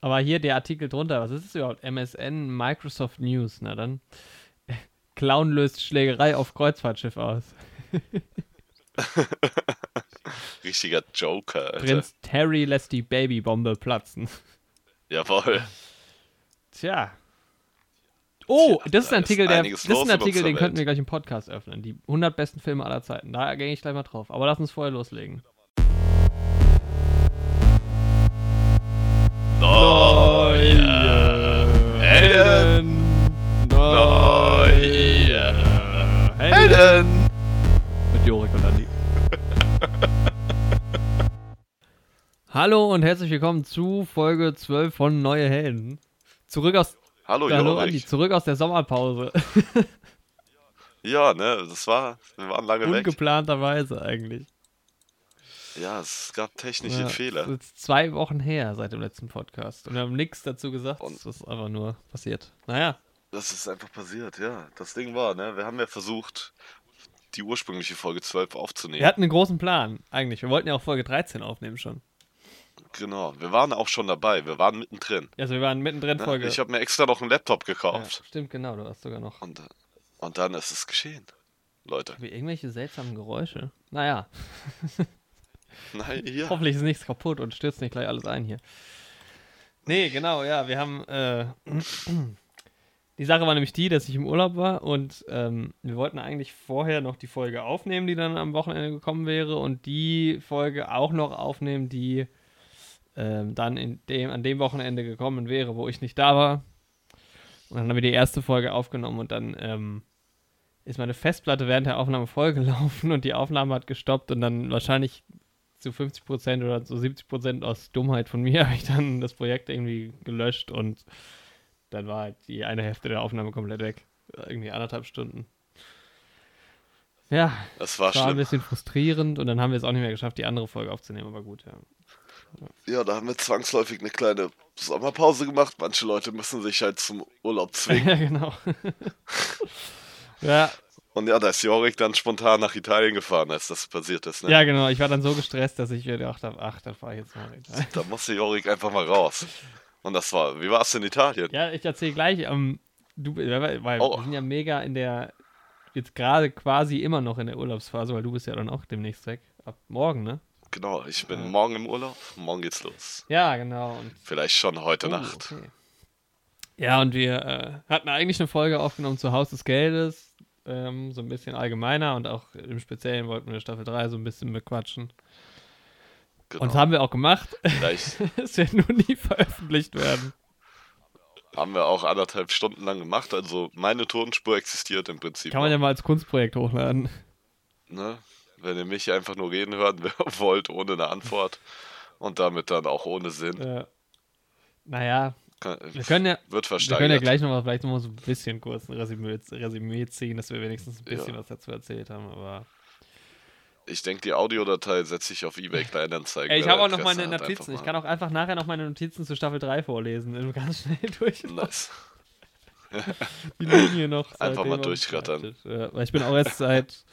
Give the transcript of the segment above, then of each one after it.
Aber hier der Artikel drunter, was ist es überhaupt? MSN, Microsoft News, na dann. Clown löst Schlägerei auf Kreuzfahrtschiff aus. Richtiger Joker, Alter. Prinz Harry lässt die Babybombe platzen. Jawohl. Tja. Oh, Tja, das ist da ein ist Artikel, einiges los in unserer den könnten wir Welt. gleich im Podcast öffnen. Die 100 besten Filme aller Zeiten. Da gehe ich gleich mal drauf. Aber lass uns vorher loslegen. Neue Helden. Neue Helden. Mit Jorik und Andi. Hallo und herzlich willkommen zu Folge 12 von Neue Helden. Hallo Hallo Jorik. Andi, zurück aus der Sommerpause. Ja, ne, wir waren lange weg. Ungeplanterweise eigentlich. Ja, es gab technische Ja, Fehler. Das ist jetzt 2 Wochen her seit dem letzten Podcast. Und wir haben nichts dazu gesagt. Und- Es ist einfach nur passiert. Naja. Das ist einfach passiert, ja. Das Ding war, ne, wir haben ja versucht, die ursprüngliche Folge 12 aufzunehmen. Wir hatten einen großen Plan, eigentlich. Wir wollten ja auch Folge 13 aufnehmen schon. Genau, wir waren auch schon dabei, wir waren mittendrin. Also wir waren mittendrin Ne? Folge. Ich habe mir extra noch einen Laptop Ja, gekauft. stimmt, genau, du hast sogar noch. Und dann ist es geschehen, Leute. Wie irgendwelche seltsamen Geräusche. Naja, Nein, ja. hoffentlich ist nichts kaputt und stürzt nicht gleich alles ein hier. Nee, genau, ja, wir haben, die Sache war nämlich die, dass ich im Urlaub war und wir wollten eigentlich vorher noch die Folge aufnehmen, die dann am Wochenende gekommen wäre und die Folge auch noch aufnehmen, die dann an dem Wochenende gekommen wäre, wo ich nicht da war. Und dann haben wir die erste Folge aufgenommen und dann ist meine Festplatte während der Aufnahme vollgelaufen und die Aufnahme hat gestoppt und dann wahrscheinlich zu 50% oder zu 70% aus Dummheit von mir habe ich dann das Projekt irgendwie gelöscht und dann war halt die eine Hälfte der Aufnahme komplett weg. Irgendwie 1,5 Stunden. Ja, Das war war ein schlimm. bisschen frustrierend und dann haben wir es auch nicht mehr geschafft, die andere Folge aufzunehmen, aber gut, ja. Ja, da haben wir zwangsläufig eine kleine Sommerpause gemacht. Manche Leute müssen sich halt zum Urlaub zwingen. Ja, genau. Ja, Und ja, da ist Jorik dann spontan nach Italien gefahren, als das passiert ist. Ne? ja, genau. Ich war dann so gestresst, dass ich mir gedacht habe, ach, dann fahre ich jetzt mal rein. Da musste Jorik einfach mal raus. Und das war, wie war es in Italien? Ja, ich erzähle gleich. Weil Oh. wir sind ja mega jetzt gerade quasi immer noch in der Urlaubsphase, weil du bist ja dann auch demnächst weg. Ab morgen, ne? Genau, ich bin morgen im Urlaub. Morgen geht's los. Ja, genau. Und, Vielleicht schon heute Nacht. okay. Ja, und wir hatten eigentlich eine Folge aufgenommen zu Haus des Geldes, so ein bisschen allgemeiner und auch im Speziellen wollten wir Staffel 3 so ein bisschen bequatschen. Genau. Und das haben wir auch gemacht. Vielleicht Es wird nur nie veröffentlicht werden. haben wir auch 1,5 Stunden lang gemacht. Also meine Tonspur existiert im Prinzip. Kann man ja mal als Kunstprojekt hochladen. Ne? Wenn ihr mich einfach nur reden hören wollt, ohne eine Antwort und damit dann auch ohne Sinn, Naja, wir wird können ja versteigert. gleich vielleicht noch mal so ein bisschen kurz ein Resümee ziehen, dass wir wenigstens ein bisschen Ja. was dazu erzählt haben, aber... Ich denke, die Audiodatei setze ich auf eBay Kleinanzeigen. Ey, ich wer habe auch noch Interesse meine hat, Notizen. Ich einfach kann auch einfach nachher noch meine Notizen zu Staffel 3 vorlesen. Wenn du ganz schnell durch mal. Nice. die Linie noch. Einfach mal seitdem am durchrattern. Schreibtisch. Ja, weil ich bin auch erst seit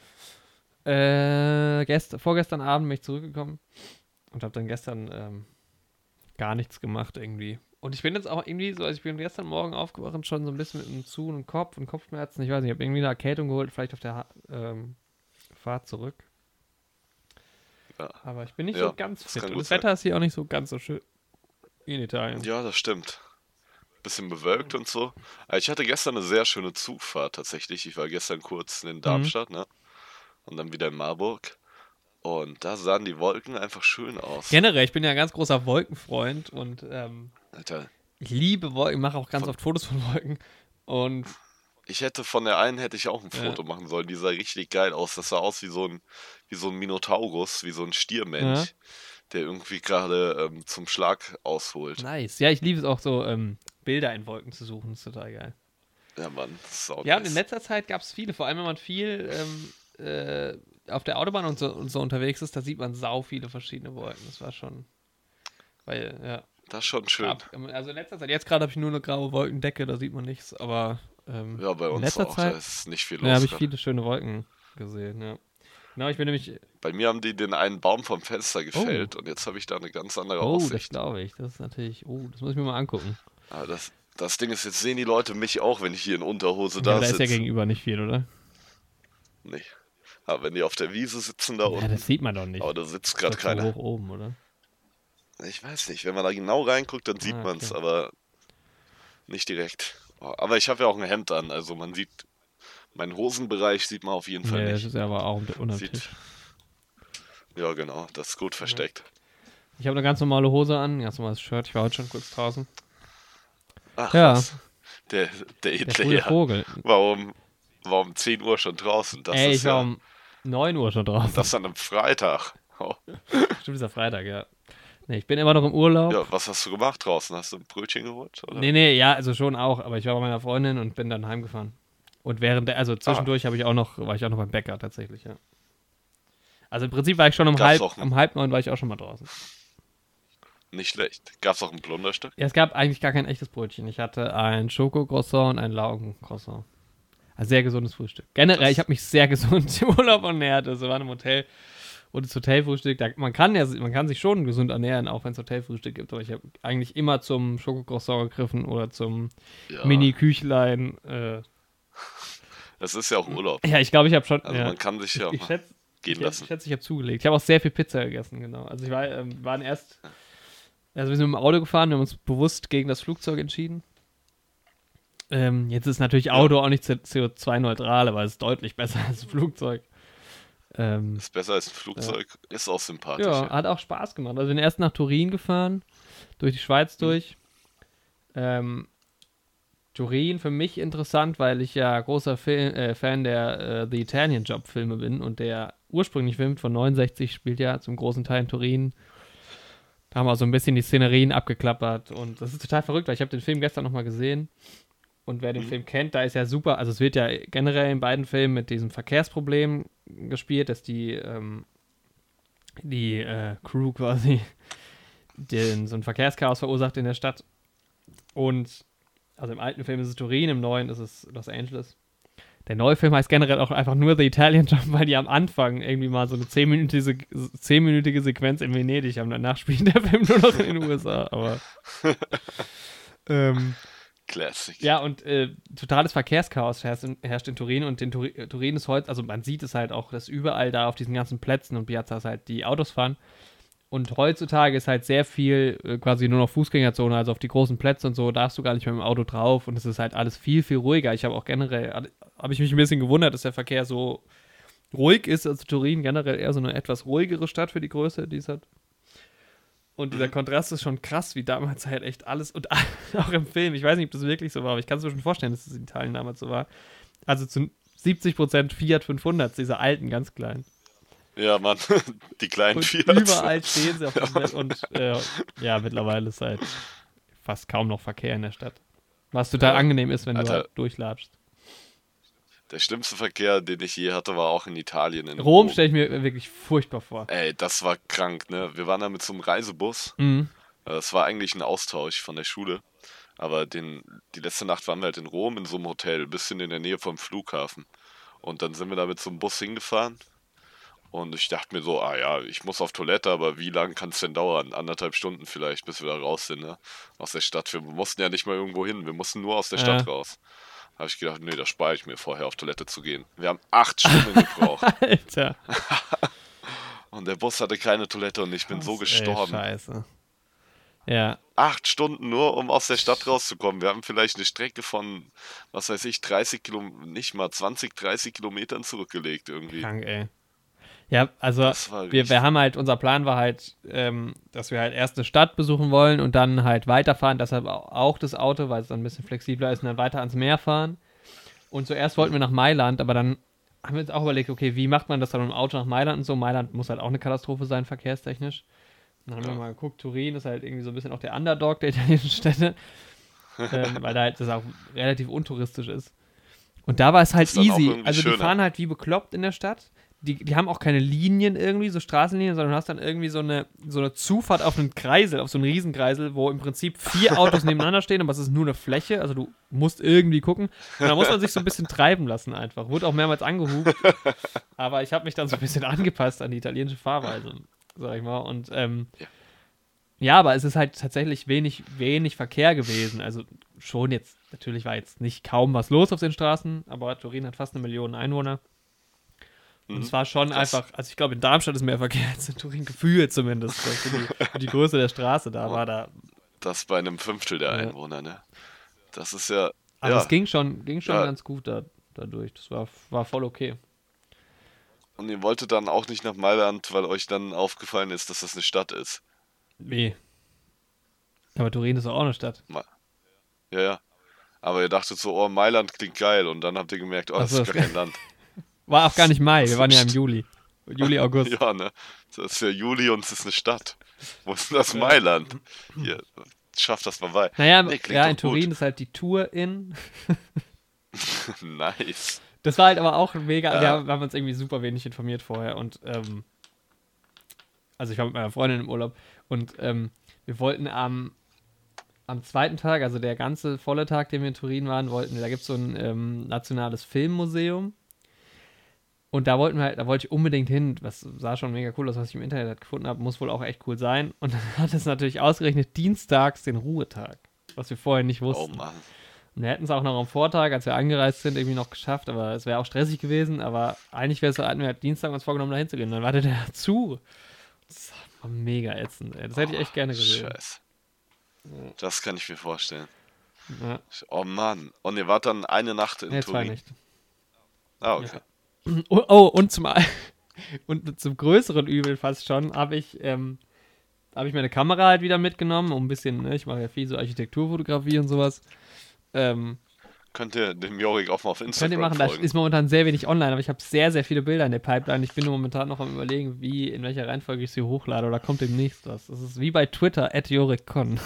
vorgestern Abend bin ich zurückgekommen und habe dann gestern gar nichts gemacht irgendwie. Und ich bin jetzt auch irgendwie so, also ich bin gestern Morgen aufgewacht und schon so ein bisschen mit einem zu und Kopf und Kopfschmerzen. Ich weiß nicht, ich habe irgendwie eine Erkältung geholt, vielleicht auf der Fahrt zurück. Ja. Aber ich bin nicht Ja, so ganz das fit. kann Und gut das sein. Wetter ist hier auch nicht so ganz so schön wie in Italien. Ja, das stimmt. Bisschen bewölkt und so. Aber ich hatte gestern eine sehr schöne Zugfahrt tatsächlich. Ich war gestern kurz in Darmstadt, ne? Und dann wieder in Marburg. Und da sahen die Wolken einfach schön aus. Generell, ich bin ja ein ganz großer Wolkenfreund und Alter, ich liebe Wolken, ich mache auch ganz Von- oft Fotos von Wolken. Und von der einen hätte ich auch ein Ja. Foto machen sollen. Die sah richtig geil aus. Das sah aus wie so ein Minotaurus, wie so ein Stiermensch, der irgendwie gerade zum Schlag ausholt. nice. Ja, ich liebe es auch so, Bilder in Wolken zu suchen, das ist total geil. Ja, Mann, das ist auch Ja, und nice. in letzter Zeit gab es viele, vor allem wenn man viel auf der Autobahn und so unterwegs ist, da sieht man sau viele verschiedene Wolken. Das war schon, weil, ja. Das ist schon schön. Also in letzter Zeit, jetzt gerade habe ich nur eine graue Wolkendecke, da sieht man nichts, aber Ja, bei in uns letzter auch. Zeit Da ist nicht viel los. habe ich gerade. viele schöne Wolken gesehen, ja. Genau, ich bin nämlich. Bei mir haben die den einen Baum vom Fenster gefällt und jetzt habe ich da eine ganz andere Oh, das Aussicht. glaube ich. Das ist natürlich. Oh, das muss ich mir mal angucken. Aber das Ding ist, jetzt sehen die Leute mich auch, wenn ich hier in Unterhose Ja, da aber da ist ja sitze. gegenüber nicht viel, oder? Nee. Aber wenn die auf der Wiese sitzen da Ja, unten, das sieht man doch nicht. aber da sitzt Ist gerade doch zu keiner. hoch oben, oder? Ich weiß nicht, wenn man da genau reinguckt, dann sieht Ah, man es, okay. aber nicht direkt. Aber ich habe ja auch ein Hemd an, also man sieht, meinen Hosenbereich sieht man auf jeden Fall Nee, das nicht. ist ja aber auch unterm Sieht, Tisch. ja genau, das ist gut Ja. versteckt. Ich habe eine ganz normale Hose an, ein ganz normales Shirt. Ich war heute schon kurz draußen. Ach Ja, was, der der edle frühe Herr. Vogel. Warum 10 Uhr schon draußen? Das Ey, ist ich war ja, um 9 Uhr schon und draußen. das an einem Freitag. Oh. Stimmt, ist ja Freitag, ja. Nee, ich bin immer noch im Urlaub. Ja, was hast du gemacht draußen? Hast du ein Brötchen geholt? Oder? Nee, ja, also schon auch, aber ich war bei meiner Freundin und bin dann heimgefahren. Und also Ah, zwischendurch war ich auch noch beim Bäcker tatsächlich, ja. Also im Prinzip war ich schon gab's auch um halb neun war ich auch schon mal draußen. nicht schlecht. Gab's auch ein Plunderstück? Ja, es gab eigentlich gar kein echtes Brötchen. Ich hatte ein Schokocroissant und ein Laugencroissant. Ein sehr gesundes Frühstück. Generell, ich Das, habe mich sehr gesund im Urlaub ernährt. Also wir waren im Hotel und das Hotelfrühstück, man kann sich schon gesund ernähren, auch wenn es Hotelfrühstück gibt. Aber ich habe eigentlich immer zum Schokocroissant gegriffen oder zum ja, Mini-Küchlein. es ist ja auch Urlaub. Ja, ich glaube, ich habe schon, Also ja, man kann sich ja auch ich mal schätze, gehen lassen. ich habe zugelegt. Ich habe auch sehr viel Pizza gegessen, genau. Also wir sind mit dem Auto gefahren, wir haben uns bewusst gegen das Flugzeug entschieden. Jetzt ist natürlich Ja, Auto auch nicht CO2-neutral, aber es ist deutlich besser als ein Flugzeug. Ähm, ist besser als ein ja. Flugzeug, ist auch sympathisch, Ja, ja. hat auch Spaß gemacht. Also wir sind erst nach Turin gefahren, durch die Schweiz Hm? durch. Ähm, Turin für mich interessant, weil ich ja großer Fan der The Italian Job Filme bin und der ursprüngliche Film von 69 spielt ja zum großen Teil in Turin. Da haben wir so ein bisschen die Szenerien abgeklappert und das ist total verrückt, weil ich habe den Film gestern nochmal gesehen und wer den Hm? Film kennt, da ist ja super, also es wird ja generell in beiden Filmen mit diesem Verkehrsproblem gespielt, dass die Crew quasi so ein Verkehrschaos verursacht in der Stadt und also im alten Film ist es Turin, im neuen ist es Los Angeles. Der neue Film heißt generell auch einfach nur The Italian Job, weil die am Anfang irgendwie mal so eine 10-minütige Sequenz in Venedig haben. Danach spielt der Film nur noch in den USA. Aber ähm, Classic. ja, und totales Verkehrschaos herrscht in Turin. Und Turin ist heute, also man sieht es halt auch, dass überall da auf diesen ganzen Plätzen und Piazzas halt die Autos fahren. Und heutzutage ist halt sehr viel quasi nur noch Fußgängerzone, also auf die großen Plätze und so darfst du gar nicht mehr mit dem Auto drauf und es ist halt alles viel, viel ruhiger. Ich habe auch generell, habe ich mich ein bisschen gewundert, dass der Verkehr so ruhig ist. Also Turin generell eher so eine etwas ruhigere Stadt für die Größe, die es hat. Und dieser Mhm. Kontrast ist schon krass, wie damals halt echt alles und auch im Film. Ich weiß nicht, ob das wirklich so war, aber ich kann es mir schon vorstellen, dass es in Italien damals so war. Also zu 70% Fiat 500, diese alten, ganz kleinen. Ja, Mann, die kleinen Und Fiats. überall stehen sie auf Ja, dem Mann. Welt und ja, mittlerweile ist halt fast kaum noch Verkehr in der Stadt. Was total Ja, angenehm ist, wenn du halt Alter, durchlatschst. der schlimmste Verkehr, den ich je hatte, war auch in Italien, in Rom Rom. stelle ich mir wirklich furchtbar vor. Ey, das war krank, ne? Wir waren da mit so einem Reisebus. Mhm. Es war eigentlich ein Austausch von der Schule. Aber die letzte Nacht waren wir halt in Rom in so einem Hotel, ein bisschen in der Nähe vom Flughafen. Und dann sind wir da mit so einem Bus hingefahren. Und ich dachte mir so, ah ja, ich muss auf Toilette, aber wie lange kann es denn dauern? 1,5 Stunden vielleicht, bis wir da raus sind, ne? Aus der Stadt. Wir mussten ja nicht mal irgendwo hin, wir mussten nur aus der Äh, Stadt raus. Da habe ich gedacht, nee, da spare ich mir vorher auf Toilette zu gehen. Wir haben 8 Stunden gebraucht. Alter. Und der Bus hatte keine Toilette und ich bin so Was, ey, gestorben. scheiße. Ja, 8 Stunden nur, um aus der Stadt rauszukommen. Wir haben vielleicht eine Strecke von, was weiß ich, 30 Kilometern, nicht mal 20, 30 Kilometern zurückgelegt irgendwie. krank, ey. Ja, also Das war wir richtig. haben halt, unser Plan war halt, dass wir halt erst eine Stadt besuchen wollen und dann halt weiterfahren, deshalb auch das Auto, weil es dann ein bisschen flexibler ist und dann weiter ans Meer fahren. Und zuerst wollten wir nach Mailand, aber dann haben wir uns auch überlegt, okay, wie macht man das dann mit dem Auto nach Mailand und so? Mailand muss halt auch eine Katastrophe sein, verkehrstechnisch. Dann haben wir Ja. mal geguckt, Turin ist halt irgendwie so ein bisschen auch der Underdog der italienischen Städte, weil da halt das auch relativ untouristisch ist. Und da war es halt Ist dann auch easy. irgendwie Also die schöner. fahren halt wie bekloppt in der Stadt. die haben auch keine Linien irgendwie, so Straßenlinien, sondern du hast dann irgendwie so eine Zufahrt auf einen Kreisel, auf so einen Riesenkreisel, wo im Prinzip 4 Autos nebeneinander stehen, aber es ist nur eine Fläche, also du musst irgendwie gucken. Und da muss man sich so ein bisschen treiben lassen einfach. Wurde auch mehrmals angehupt, aber ich habe mich dann so ein bisschen angepasst an die italienische Fahrweise, sag ich mal. Und ja, aber es ist halt tatsächlich wenig Verkehr gewesen. Also schon jetzt, natürlich war jetzt nicht kaum was los auf den Straßen, aber Turin hat fast 1 Million Einwohner. Und es war schon einfach, also ich glaube, in Darmstadt ist mehr Verkehr als in Turin, gefühlt zumindest. Für die Größe der Straße da war da. Das bei einem Fünftel der Einwohner, ne? Das ist ja. Aber es ging schon ganz gut dadurch. Das war voll okay. Und ihr wolltet dann auch nicht nach Mailand, weil euch dann aufgefallen ist, dass das eine Stadt ist. Wie? Aber Turin ist doch auch eine Stadt. Ja. Aber ihr dachtet so, oh, Mailand klingt geil. Und dann habt ihr gemerkt, oh, das ist gar kein Land. War auch gar nicht Mai, wir waren ja im Juli. Juli, August. Ja, ne? Das ist ja Juli und es ist eine Stadt. Wo ist denn das Mailand? Hier, schafft das mal bei. Naja, in Turin ist halt die Tour in. Nice. Das war halt aber auch mega, wir haben uns irgendwie super wenig informiert vorher und also ich war mit meiner Freundin im Urlaub und wir wollten am zweiten Tag, also der ganze volle Tag, den wir in Turin waren, da gibt es so ein nationales Filmmuseum. Und da wollte ich unbedingt hin, was sah schon mega cool aus, was ich im Internet halt gefunden habe, muss wohl auch echt cool sein. Und dann hat es natürlich ausgerechnet dienstags den Ruhetag, was wir vorher nicht wussten. Oh Mann. Und wir hätten es auch noch am Vortag, als wir angereist sind, irgendwie noch geschafft, aber es wäre auch stressig gewesen, aber eigentlich hatten wir halt Dienstag uns vorgenommen, da hinzugehen. Dann war der zu. Das war mega ätzend, ey. Das hätte ich echt gerne gesehen. Scheiße. Das kann ich mir vorstellen. Ja. Oh Mann. Und ihr wart dann eine Nacht in Turin? 2 Nächte. Ah, okay. Ja. Oh, und zum größeren Übel fast schon habe ich meine Kamera halt wieder mitgenommen, um ein bisschen, ne, ich mache ja viel so Architekturfotografie und sowas. Könnt ihr dem Jorik auch mal auf Instagram Könnt ihr machen, folgen. da ist momentan sehr wenig online, aber ich habe sehr, sehr viele Bilder in der Pipeline. Ich bin nur momentan noch am Überlegen, in welcher Reihenfolge ich sie hochlade, oder kommt demnächst was. Das ist wie bei Twitter, @JorikCon.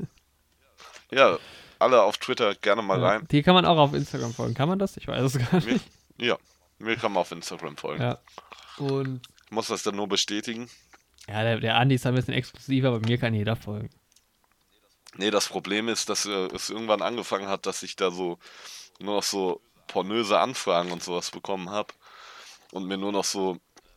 Ja, alle auf Twitter gerne mal rein. Die kann man auch auf Instagram folgen. Kann man das? Ich weiß es gar nicht. Mir kann man auf Instagram folgen. Ja. Und ich muss das dann nur bestätigen. Ja, der Andi ist ein bisschen exklusiver, aber mir kann jeder folgen. Nee, das Problem ist, dass es irgendwann angefangen hat, dass ich da so nur noch so pornöse Anfragen und sowas bekommen habe und mir nur noch so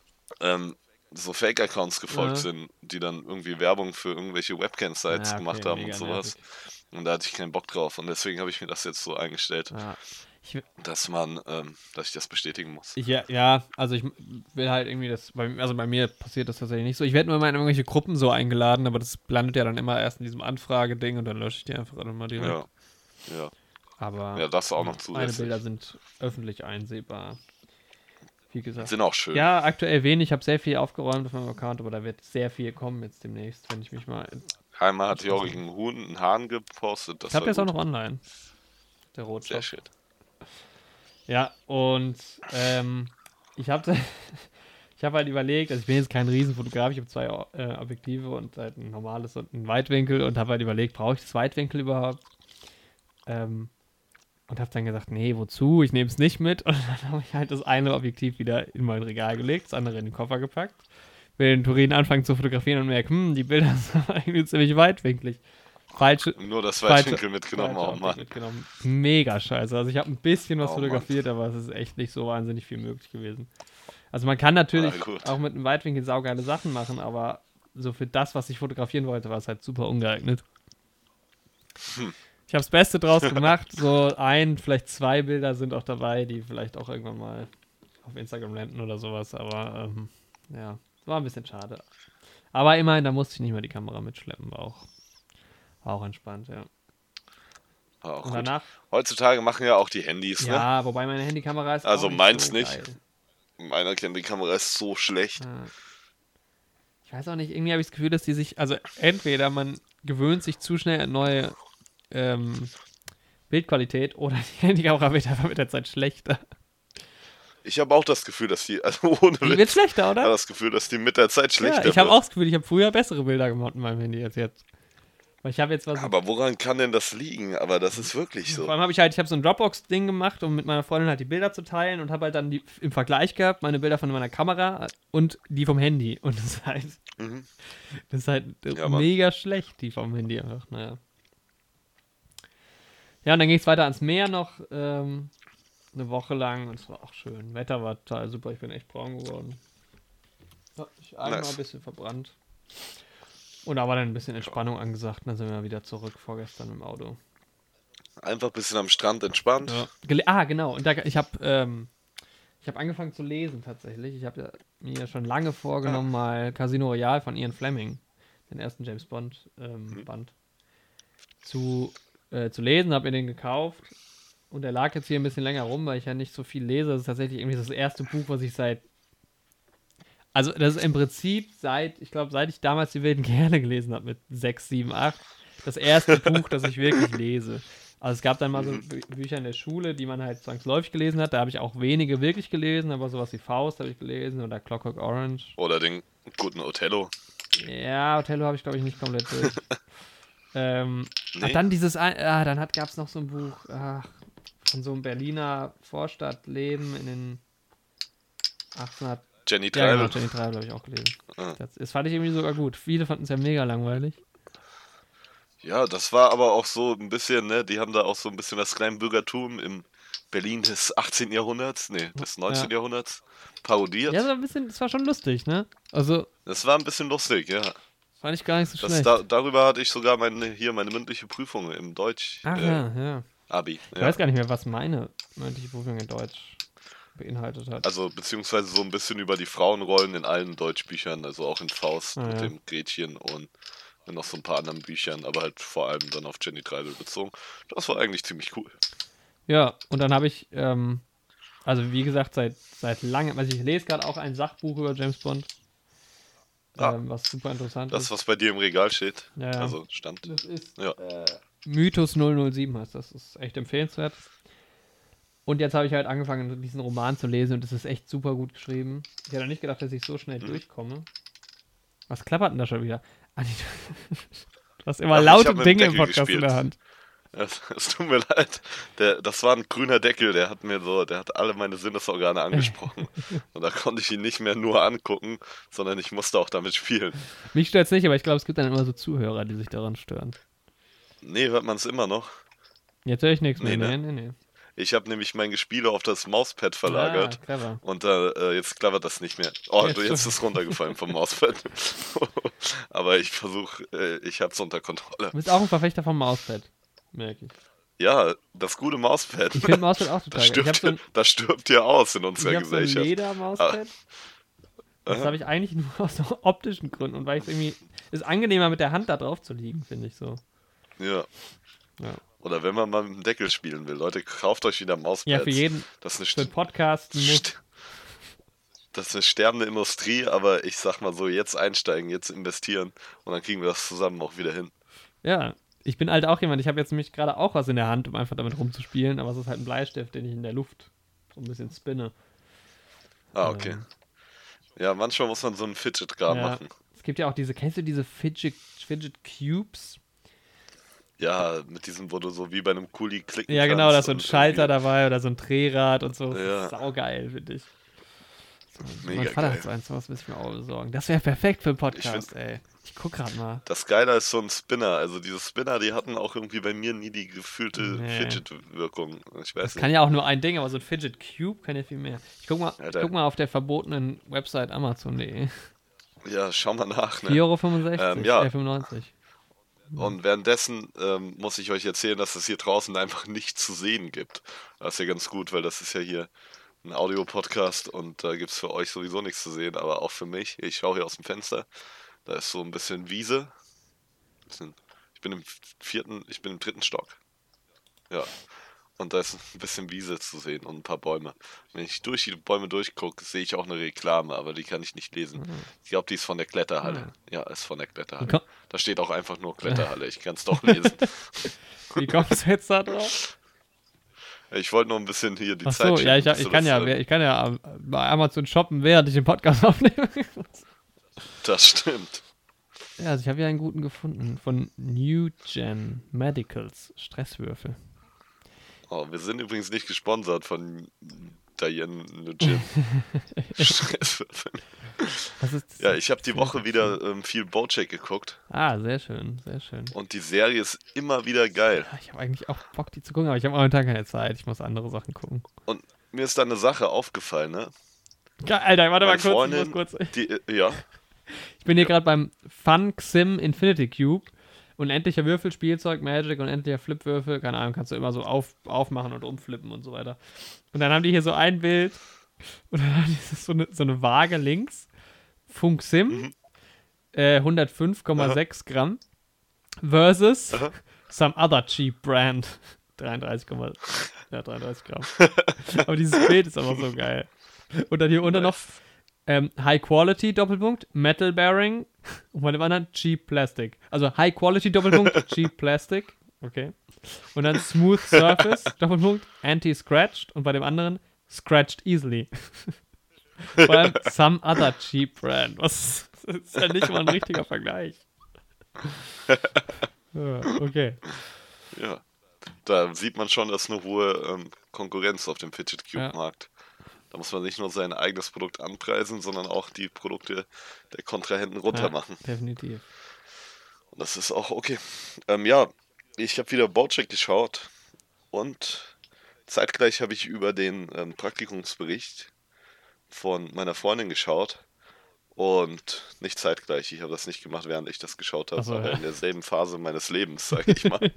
Fake-Accounts gefolgt sind, die dann irgendwie Werbung für irgendwelche Webcam-Sites gemacht haben und sowas. Nervig. Und da hatte ich keinen Bock drauf und deswegen habe ich mir das jetzt so eingestellt, dass ich das bestätigen muss. Ja, also ich will halt irgendwie bei mir passiert das tatsächlich nicht so. Ich werde nur immer in irgendwelche Gruppen so eingeladen, aber das landet ja dann immer erst in diesem Anfrageding und dann lösche ich die einfach alle mal direkt. Ja. Aber ja, das auch noch zusätzlich. Meine Bilder sind öffentlich einsehbar. Wie gesagt. Sind auch schön. Ja, aktuell wenig. Ich habe sehr viel aufgeräumt auf meinem Account, aber da wird sehr viel kommen jetzt demnächst, wenn ich mich mal... Einmal hat Jorik einen Hahn gepostet. Ich habe jetzt auch noch online. Der Rotschopf. Sehr schön. Ja, und ich habe halt überlegt, also ich bin jetzt kein Riesenfotograf, ich habe 2 Objektive und halt ein normales und ein Weitwinkel und habe halt überlegt, brauche ich das Weitwinkel überhaupt? Und habe dann gesagt, nee, wozu? Ich nehme es nicht mit. Und dann habe ich halt das eine Objektiv wieder in mein Regal gelegt, das andere in den Koffer gepackt. Will in Turin anfangen zu fotografieren und merke, die Bilder sind eigentlich ziemlich weitwinklig. Nur das Weitwinkel mitgenommen, oh Mann. Mega scheiße. Also ich habe ein bisschen was fotografiert, aber es ist echt nicht so wahnsinnig viel möglich gewesen. Also man kann natürlich auch mit einem Weitwinkel saugeile Sachen machen, aber so für das, was ich fotografieren wollte, war es halt super ungeeignet. Ich habe das Beste draus gemacht. So vielleicht 2 Bilder sind auch dabei, die vielleicht auch irgendwann mal auf Instagram landen oder sowas. Aber ja, war ein bisschen schade. Aber immerhin, da musste ich nicht mehr die Kamera mitschleppen. War auch entspannt, ja. Auch und danach, heutzutage machen ja auch die Handys, ne? Ja, wobei meine Handykamera ist also auch nicht meins so nicht. Geil. Meine Handykamera ist so schlecht. Ja. Ich weiß auch nicht, irgendwie habe ich das Gefühl, dass die sich, also entweder man gewöhnt sich zu schnell an neue Bildqualität oder die Handykamera wird einfach mit der Zeit schlechter. Ich habe auch das Gefühl, dass die, also ohne Die wird schlechter, oder? Ich habe das Gefühl, dass die mit der Zeit schlechter wird. Ich habe auch das Gefühl, ich habe früher bessere Bilder gemacht mit meinem Handy als jetzt. Weil ich habe jetzt was. Aber woran kann denn das liegen? Aber das ist wirklich so. Vor allem habe ich so ein Dropbox-Ding gemacht, um mit meiner Freundin halt die Bilder zu teilen und habe halt dann im Vergleich gehabt, meine Bilder von meiner Kamera und die vom Handy. Und das ist halt Ja, Mann. mega schlecht, die vom Handy einfach, naja. Ja, und dann ging es weiter ans Meer noch, eine Woche lang und es war auch schön. Wetter war total super, ich bin echt braun geworden. Ja, ich einmal Nice. ein bisschen verbrannt. Und da war dann ein bisschen Entspannung angesagt, und dann sind wir wieder zurück vorgestern im Auto. Einfach ein bisschen am Strand entspannt. Ja. Genau. Und ich habe angefangen zu lesen tatsächlich. Ich habe mir schon lange vorgenommen, mal Casino Royale von Ian Fleming, den ersten James Bond Band, zu lesen. Habe mir den gekauft. Und der lag jetzt hier ein bisschen länger rum, weil ich ja nicht so viel lese. Das ist tatsächlich irgendwie das erste Buch, was ich also das ist im Prinzip seit ich damals die wilden Kerle gelesen habe mit 6, 7, 8, das erste Buch, das ich wirklich lese. Also es gab dann mal so Bücher in der Schule, die man halt zwangsläufig gelesen hat. Da habe ich auch wenige wirklich gelesen, aber sowas wie Faust habe ich gelesen oder Clockwork Orange. Oder den guten Othello. Ja, Othello habe ich glaube ich nicht komplett durch. Nee. Dann gab es noch so ein Buch von so einem Berliner Vorstadtleben in den 1800. Jenny Ja, Treibel. genau, Jenny Treibel habe ich auch gelesen. Ah. Das fand ich irgendwie sogar gut. Viele fanden es ja mega langweilig. Ja, das war aber auch so ein bisschen, ne, die haben da auch so ein bisschen das Kleinbürgertum im Berlin des 18. Jahrhunderts, des 19. Jahrhunderts parodiert. Ja, so ein bisschen, das war schon lustig, ne? Also, Das war ein bisschen lustig, ja. fand ich gar nicht so schlecht. Darüber hatte ich sogar meine mündliche Prüfung im Deutsch Ja. Abi. Ich weiß gar nicht mehr, was meine mündliche Prüfung in Deutsch beinhaltet hat. Also beziehungsweise so ein bisschen über die Frauenrollen in allen Deutschbüchern, also auch in Faust mit ja. dem Gretchen und noch so ein paar anderen Büchern, aber halt vor allem dann auf Jenny Treibel bezogen. Das war eigentlich ziemlich cool. Ja, und dann habe ich, also wie gesagt, seit langem, also ich lese gerade auch ein Sachbuch über James Bond, was super interessant Das, ist. was bei dir im Regal steht, Ja. also stand. Das ist Ja. Mythos 007 heißt das. Das ist echt empfehlenswert. Und jetzt habe ich halt angefangen, diesen Roman zu lesen und es ist echt super gut geschrieben. Ich hätte nicht gedacht, dass ich so schnell durchkomme. Was klappert denn da schon wieder? Du hast immer laute Dinge im Podcast in der Hand. Es tut mir leid. Das war ein grüner Deckel, der hat alle meine Sinnesorgane angesprochen. Und da konnte ich ihn nicht mehr nur angucken, sondern ich musste auch damit spielen. Mich stört es nicht, aber ich glaube, es gibt dann immer so Zuhörer, die sich daran stören. Nee, hört man es immer noch? Jetzt höre ich nichts mehr. Nee. Nee. Ich habe nämlich mein Gespiele auf das Mauspad verlagert. Ah, clever. Und jetzt klappert das nicht mehr. Oh, jetzt ist es runtergefallen vom Mauspad. Aber ich habe es unter Kontrolle. Du bist auch ein Verfechter vom Mauspad, merke ich. Ja, das gute Mauspad. Ich finde Mauspad auch total geil. Das stirbt ja aus in unserer Ich habe so ein Gesellschaft. Leder-Mauspad. Das habe ich eigentlich nur aus so optischen Gründen. Und weil ich es irgendwie, ist angenehmer mit der Hand da drauf zu liegen, finde ich so. Ja. Ja. Oder wenn man mal mit dem Deckel spielen will. Leute, kauft euch wieder Mauspads. Ja, für jeden. Das ist für den Podcast das ist eine sterbende Industrie, aber ich sag mal so, jetzt einsteigen, jetzt investieren und dann kriegen wir das zusammen auch wieder hin. Ja, ich bin halt auch jemand, ich habe jetzt nämlich gerade auch was in der Hand, um einfach damit rumzuspielen, aber es ist halt ein Bleistift, den ich in der Luft so ein bisschen spinne. Ah, okay. Ja, manchmal muss man so einen Fidget-Kram machen. Es gibt ja auch kennst du diese Fidget Cubes? Ja, mit diesem, wo du so wie bei einem Kuli klicken Ja, genau, kannst da ist so ein Schalter dabei oder so ein Drehrad und so. Ja. Saugeil, finde ich. Mega mein Vater geil. hat so eins, sowas muss ich mir auch besorgen. Das wäre perfekt für einen Podcast, ey. Ich guck gerade mal. Das Geile ist so ein Spinner. Also diese Spinner, die hatten auch irgendwie bei mir nie die gefühlte Fidget-Wirkung. Ich weiß Das nicht. kann ja auch nur ein Ding, aber so ein Fidget Cube kann ja viel mehr. Ich guck mal auf der verbotenen Website Amazon.de. Ja, schau mal nach. Ne? 4,65 ja. Euro, 95. Und währenddessen muss ich euch erzählen, dass es hier draußen einfach nichts zu sehen gibt. Das ist ja ganz gut, weil das ist ja hier ein Audio-Podcast und da gibt es für euch sowieso nichts zu sehen, aber auch für mich. Ich schaue hier aus dem Fenster, da ist so ein bisschen Wiese. Ich bin im 3. Stock. Ja. Und da ist ein bisschen Wiese zu sehen und ein paar Bäume. Wenn ich durch die Bäume durchgucke, sehe ich auch eine Reklame, aber die kann ich nicht lesen. Ich glaube, die ist von der Kletterhalle. Ja, ist von der Kletterhalle. Da steht auch einfach nur Kletterhalle. Ich kann es doch lesen. Wie kommst du jetzt da drauf? Ich wollte nur ein bisschen hier die Ach Zeit so, ja, schinden, ich kann ja bei Amazon shoppen, während ich den Podcast aufnehme. Das stimmt. Ja, also ich habe ja einen guten gefunden. Von New Gen Medicals. Stresswürfel. Oh, wir sind übrigens nicht gesponsert von Diane Nugent. Was ist das? Ja, ich habe die Woche wieder viel BoJack geguckt. Ah, sehr schön, sehr schön. Und die Serie ist immer wieder geil. Ja, ich habe eigentlich auch Bock, die zu gucken, aber ich habe momentan keine Zeit. Ich muss andere Sachen gucken. Und mir ist da eine Sache aufgefallen, ne? Alter, warte mal Meine kurz, Freundin, ich muss kurz. ja, Ich bin hier gerade beim Fun Xim Infinity Cube. Unendlicher Würfelspielzeug, Magic, unendlicher Flipwürfel, keine Ahnung, kannst du immer so aufmachen und umflippen und so weiter. Und dann haben die hier so ein Bild und dann haben die so eine Waage links. Funk Sim, 105,6 Gramm versus some other cheap brand. 33 Gramm. Aber dieses Bild ist aber so geil. Und dann hier unter noch High Quality Doppelpunkt, Metal Bearing und bei dem anderen Cheap Plastic. Also High Quality Doppelpunkt, Cheap Plastic. Okay. Und dann Smooth Surface Doppelpunkt, Anti-Scratched und bei dem anderen Scratched Easily. Vor allem some other cheap brand. Was ist ja nicht mal ein richtiger Vergleich. Ja, okay. Ja. Da sieht man schon, dass eine hohe Konkurrenz auf dem Fidget Cube-Markt. Da muss man nicht nur sein eigenes Produkt anpreisen, sondern auch die Produkte der Kontrahenten runtermachen. Ja, definitiv. Und das ist auch okay. Ja, ich habe wieder BoJack geschaut und zeitgleich habe ich über den Praktikumsbericht von meiner Freundin geschaut. Und nicht zeitgleich, ich habe das nicht gemacht, während ich das geschaut habe, aber in derselben Phase meines Lebens, sage ich mal.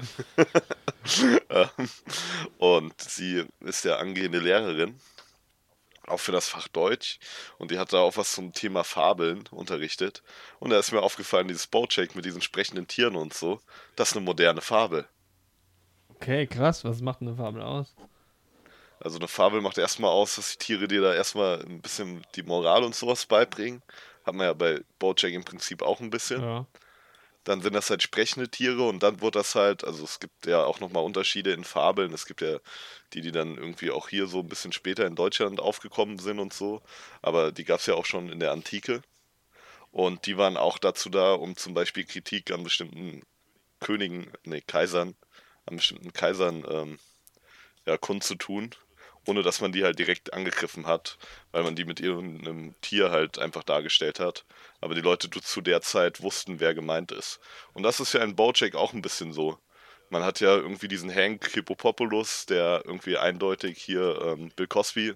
Und sie ist ja angehende Lehrerin, auch für das Fach Deutsch, und die hat da auch was zum Thema Fabeln unterrichtet. Und da ist mir aufgefallen, dieses BoJack mit diesen sprechenden Tieren und so, das ist eine moderne Fabel. Okay, krass, was macht eine Fabel aus? Also eine Fabel macht erstmal aus, dass die Tiere dir da erstmal ein bisschen die Moral und sowas beibringen. Hat man ja bei BoJack im Prinzip auch ein bisschen. Ja. Dann sind das halt sprechende Tiere und dann wird das halt, also es gibt ja auch nochmal Unterschiede in Fabeln. Es gibt ja die dann irgendwie auch hier so ein bisschen später in Deutschland aufgekommen sind und so. Aber die gab es ja auch schon in der Antike. Und die waren auch dazu da, um zum Beispiel Kritik an bestimmten Kaisern, an bestimmten Kaisern kundzutun, ohne dass man die halt direkt angegriffen hat, weil man die mit ihrem Tier halt einfach dargestellt hat. Aber die Leute zu der Zeit wussten, wer gemeint ist. Und das ist ja in BoJack auch ein bisschen so. Man hat ja irgendwie diesen Hank Hippopopoulos, der irgendwie eindeutig hier Bill Cosby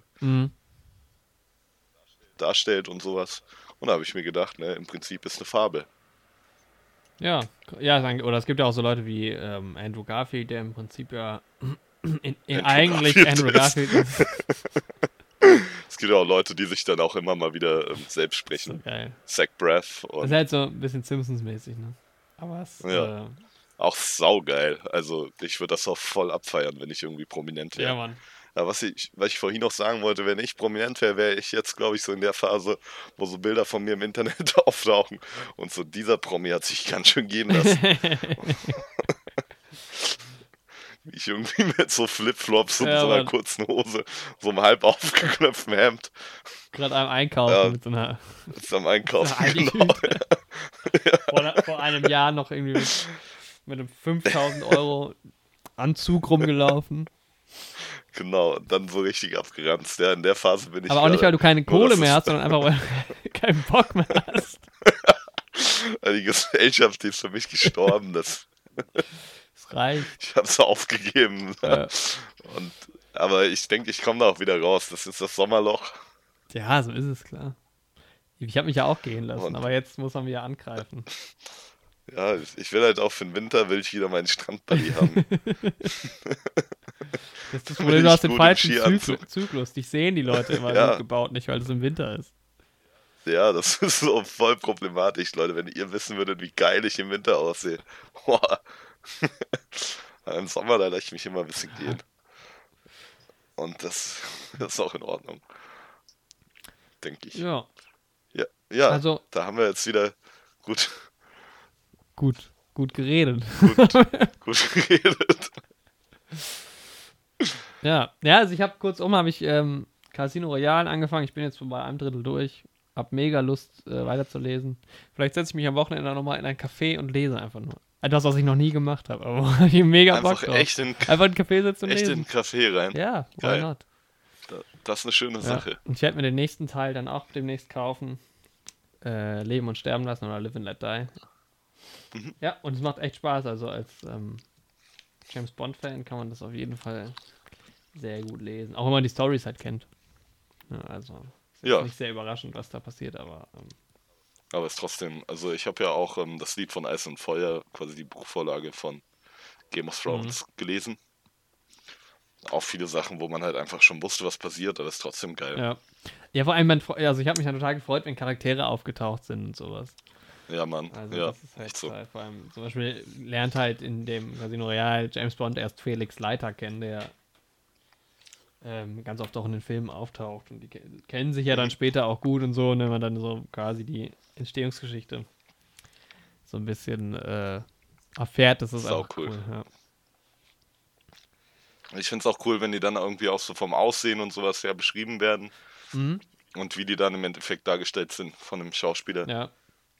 darstellt und sowas. Und da habe ich mir gedacht, ne, im Prinzip ist eine Fabel. Ja, oder es gibt ja auch so Leute wie Andrew Garfield, der im Prinzip ja eigentlich Andrew Garfield ist. Es gibt ja auch Leute, die sich dann auch immer mal wieder selbst sprechen. So geil. Zach Braff. Das ist halt so ein bisschen Simpsons-mäßig, ne? Aber es auch saugeil. Also ich würde das auch voll abfeiern, wenn ich irgendwie prominent wäre. Ja, Mann. Aber was ich vorhin noch sagen wollte, wenn ich prominent wäre, wäre ich jetzt, glaube ich, so in der Phase, wo so Bilder von mir im Internet auftauchen. Und so dieser Promi hat sich ganz schön gehen lassen. Wie ich irgendwie mit so Flipflops und so einer kurzen Hose, so einem halb aufgeknöpften Hemd. Gerade am Einkaufen mit so einer... Ist am Einkaufen, genau. Vor einem Jahr noch irgendwie mit einem 5.000 € Anzug rumgelaufen. Genau, und dann so richtig abgeranzt. Ja, in der Phase bin ich. Aber auch nicht, weil du keine Kohle mehr hast, sondern einfach, weil du keinen Bock mehr hast. Die Gesellschaft, die ist für mich gestorben. Das reicht. Ich hab's aufgegeben. Aber ich denke, ich komme da auch wieder raus. Das ist das Sommerloch. Ja, so ist es, klar. Ich habe mich ja auch gehen lassen, aber jetzt muss man wieder angreifen. Ja, ich will halt auch für den Winter, will ich wieder meinen Strandbuddy haben. Das ist das Problem, du hast den falschen Zyklus. Dich sehen die Leute immer gut gebaut, nicht weil es im Winter ist. Ja, das ist so voll problematisch, Leute. Wenn ihr wissen würdet, wie geil ich im Winter aussehe. Boah. Im Sommer, da lasse ich mich immer ein bisschen gehen. Und das ist auch in Ordnung. Denke ich. Ja. Ja, also, da haben wir jetzt wieder gut geredet. Gut geredet. Ja, also ich habe Casino Royale angefangen. Ich bin jetzt bei einem Drittel durch. Hab mega Lust, weiterzulesen. Vielleicht setze ich mich am Wochenende nochmal in ein Café und lese einfach nur. Etwas, was ich noch nie gemacht habe, aber ich mega Bock Einfach drauf. echt in, Einfach in ein Café sitzen und echt in lesen. einen Café rein. Ja, why Geil. not? Das ist eine schöne Ja. Sache. Und ich werde mir den nächsten Teil dann auch demnächst kaufen. Leben und sterben lassen oder Live and Let Die. Ja, und es macht echt Spaß. Also als James Bond-Fan kann man das auf jeden Fall sehr gut lesen. Auch wenn man die Storys halt kennt. Ja, also ist Ja. nicht sehr überraschend, was da passiert, aber Aber es ist trotzdem, also ich habe ja auch das Lied von Eis und Feuer, quasi die Buchvorlage von Game of Thrones gelesen. Auch viele Sachen, wo man halt einfach schon wusste, was passiert, aber es ist trotzdem geil. ja. Ja, vor allem, also ich habe mich dann total gefreut, wenn Charaktere aufgetaucht sind und sowas. Ja, Mann. Also Ja, das ist halt echt so. vor allem, zum Beispiel lernt halt in dem Casino Royale James Bond erst Felix Leiter kennen, der ganz oft auch in den Filmen auftaucht und die kennen sich ja dann später auch gut und so, und wenn man dann so quasi die Entstehungsgeschichte so ein bisschen erfährt, das ist Sau einfach cool. cool. Ja. Ich finde es auch cool, wenn die dann irgendwie auch so vom Aussehen und sowas her beschrieben werden Mhm. und wie die dann im Endeffekt dargestellt sind von dem Schauspieler. Ja,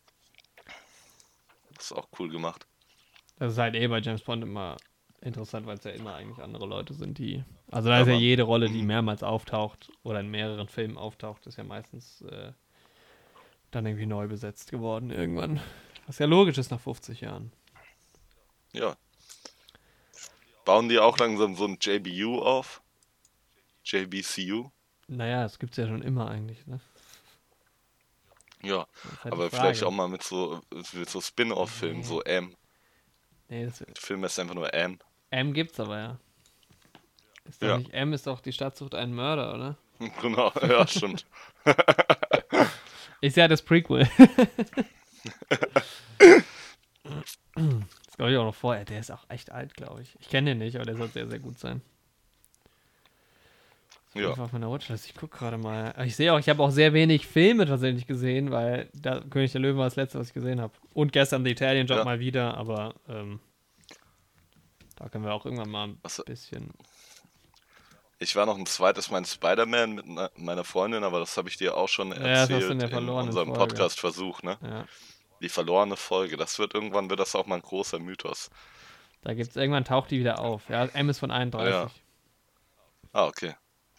Das ist auch cool gemacht. das ist halt bei James Bond immer interessant, weil es ja immer eigentlich andere Leute sind, die. Also da Ja, ist ja Mann. jede Rolle, die mehrmals auftaucht oder in mehreren Filmen auftaucht, ist ja meistens dann irgendwie neu besetzt geworden irgendwann. Was ja logisch ist nach 50 Jahren. Ja. Bauen die auch langsam so ein JBU auf? JBCU? Naja, das gibt's ja schon immer eigentlich, ne? Ja, Das ist halt aber die vielleicht Frage. auch mal mit so Spin-off-Filmen, so M. Nee, Der Film ist einfach nur M. M gibt's aber ja. Ist doch Ja. nicht M, ist doch die Stadt sucht einen Mörder, oder? Genau, ja, stimmt. Ist ja das Prequel. Das glaube ich auch noch vorher. Der ist auch echt alt, glaube ich. Ich kenne den nicht, aber der soll sehr, sehr gut sein. Ja. Einfach auf meiner Watchlist. Ich gucke gerade mal. Ich sehe auch, ich habe auch sehr wenig Filme tatsächlich gesehen, weil da König der Löwen war das letzte, was ich gesehen habe. Und gestern The Italian Job Ja. mal wieder, aber da können wir auch irgendwann mal ein Also, bisschen. ich war noch ein zweites Mal in Spider-Man mit meiner Freundin, aber das habe ich dir auch schon Ja, das hast du erzählt in der in verlorenen unserem Folge. Podcast-Versuch, ne? Ja. Die verlorene Folge. Irgendwann wird das auch mal ein großer Mythos. Da gibt's irgendwann taucht die wieder auf. Ja, M ist von 31. Ja. Ah, okay.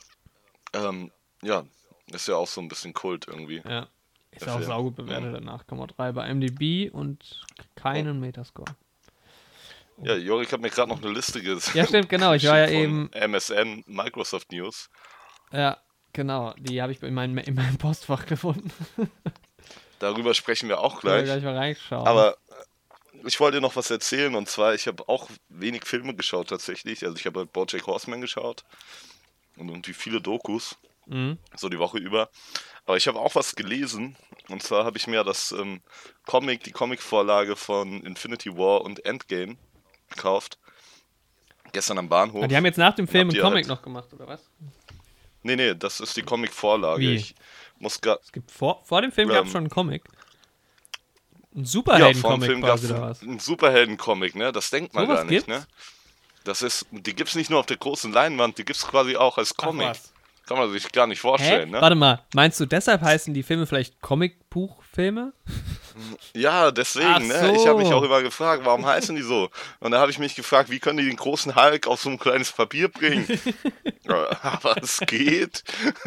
Ja, ist ja auch so ein bisschen Kult irgendwie. Ja. Ist Der auch Film. saugut bewertet danach. 8,3 bei MDB und keinen Metascore. Ja, Jorik hat mir gerade noch eine Liste Ja, stimmt, genau. Ich war ja von eben. MSN, Microsoft News. Ja, genau. Die habe ich in meinem Postfach gefunden. Darüber sprechen wir auch Ich will gleich. gleich mal reinschauen. Aber ich wollte dir noch was erzählen, und zwar, ich habe auch wenig Filme geschaut tatsächlich. Also ich habe halt BoJack Horseman geschaut und irgendwie viele Dokus, so die Woche über. Aber ich habe auch was gelesen, und zwar habe ich mir die Comic-Vorlage von Infinity War und Endgame gekauft. Gestern am Bahnhof. Die haben jetzt nach dem Film Habt einen ihr Comic halt- noch gemacht, oder was? Nee, das ist die Comic-Vorlage. Wie? Ich muss gar. Es gibt vor dem Film gab es schon einen Comic. Ein Ja, vor dem Superhelden-Comic Film gab quasi, es oder was? einen Superhelden-Comic, ne? Das denkt man Sowas gar nicht, gibt's? ne? Die gibt's nicht nur auf der großen Leinwand, die gibt's quasi auch als Comic. Ach, was? Kann man sich gar nicht Hä? vorstellen, ne? Warte mal, meinst du, deshalb heißen die Filme vielleicht Comicbuchfilme? Ja, deswegen, Ach ne? Ich habe mich so. auch immer gefragt, warum heißen die so? Und da habe ich mich gefragt, wie können die den großen Hulk auf so ein kleines Papier bringen? Ja, aber es geht.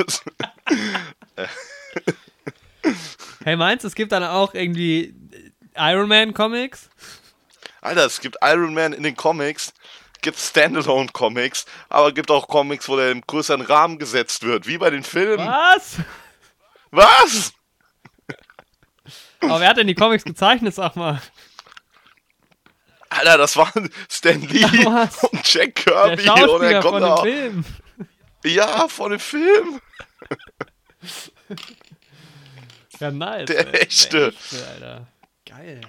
Hey, meinst du, es gibt dann auch irgendwie Iron Man Comics? Alter, es gibt Iron Man in den Comics, gibt Standalone-Comics, aber gibt auch Comics, wo der im größeren Rahmen gesetzt wird, wie bei den Filmen. Was? Was? Aber wer hat denn die Comics gezeichnet, sag mal? Alter, das waren Stan Lee Was? und Jack Der Kirby und er Schauspieler kommt von dem auch. Film. Ja, von dem Film. Ja, nice. Der ey. echte. Alter. Geil.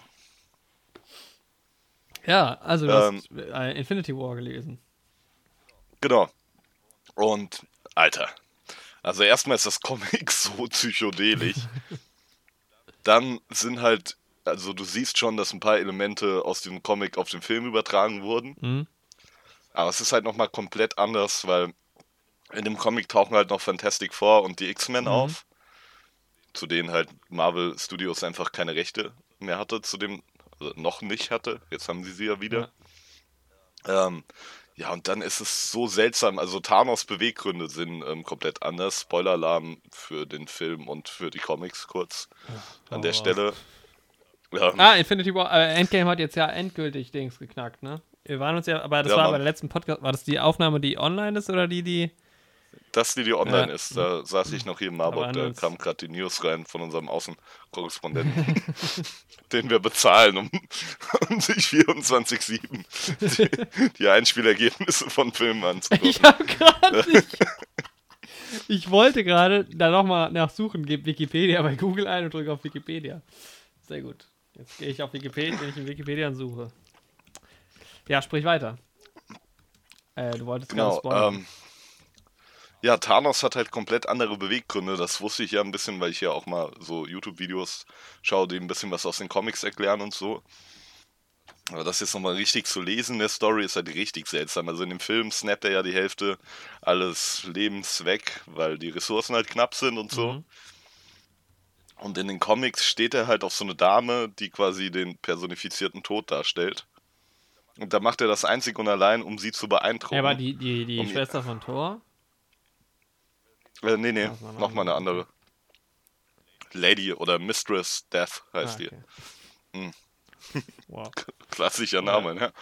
Ja, also du hast Infinity War gelesen. Genau. Und, Alter, also erstmal ist das Comic so psychedelisch. Dann sind halt, also du siehst schon, dass ein paar Elemente aus dem Comic auf den Film übertragen wurden. Mhm. Aber es ist halt nochmal komplett anders, weil in dem Comic tauchen halt noch Fantastic Four und die X-Men auf. zu denen halt Marvel Studios einfach keine Rechte mehr hatte, also noch nicht hatte. Jetzt haben sie ja wieder. Ja. Ja, und dann ist es so seltsam. Also Thanos' Beweggründe sind komplett anders. Spoiler-Alarm für den Film und für die Comics kurz an der Stelle. Infinity War, Endgame hat jetzt ja endgültig Dings geknackt, ne? Wir waren uns ja, aber das war bei der letzten Podcast, war das die Aufnahme, die online ist oder die? Das, die online ist, da saß ich noch hier in Marburg, da kam gerade die News rein von unserem Außenkorrespondenten, den wir bezahlen, um sich 24/7 die Einspielergebnisse von Filmen anzugucken. Ich hab gerade nicht. Ich wollte gerade da nochmal nachsuchen, gebe Wikipedia bei Google ein und drücke auf Wikipedia. Sehr gut. Jetzt gehe ich auf Wikipedia, wenn ich in Wikipedia suche. Ja, sprich weiter. Du wolltest gerade spoilern. Ja, Thanos hat halt komplett andere Beweggründe. Das wusste ich ja ein bisschen, weil ich ja auch mal so YouTube-Videos schaue, die ein bisschen was aus den Comics erklären und so. Aber das jetzt nochmal richtig zu lesen, der Story, ist halt richtig seltsam. Also in dem Film snappt er ja die Hälfte alles Lebens weg, weil die Ressourcen halt knapp sind und so. Und in den Comics steht er halt auf so eine Dame, die quasi den personifizierten Tod darstellt. Und da macht er das einzig und allein, um sie zu beeindrucken. Ja, aber die Schwester von Thor? Nee, nochmal eine andere. Lady oder Mistress Death heißt die. Wow. Klassischer Name, ne?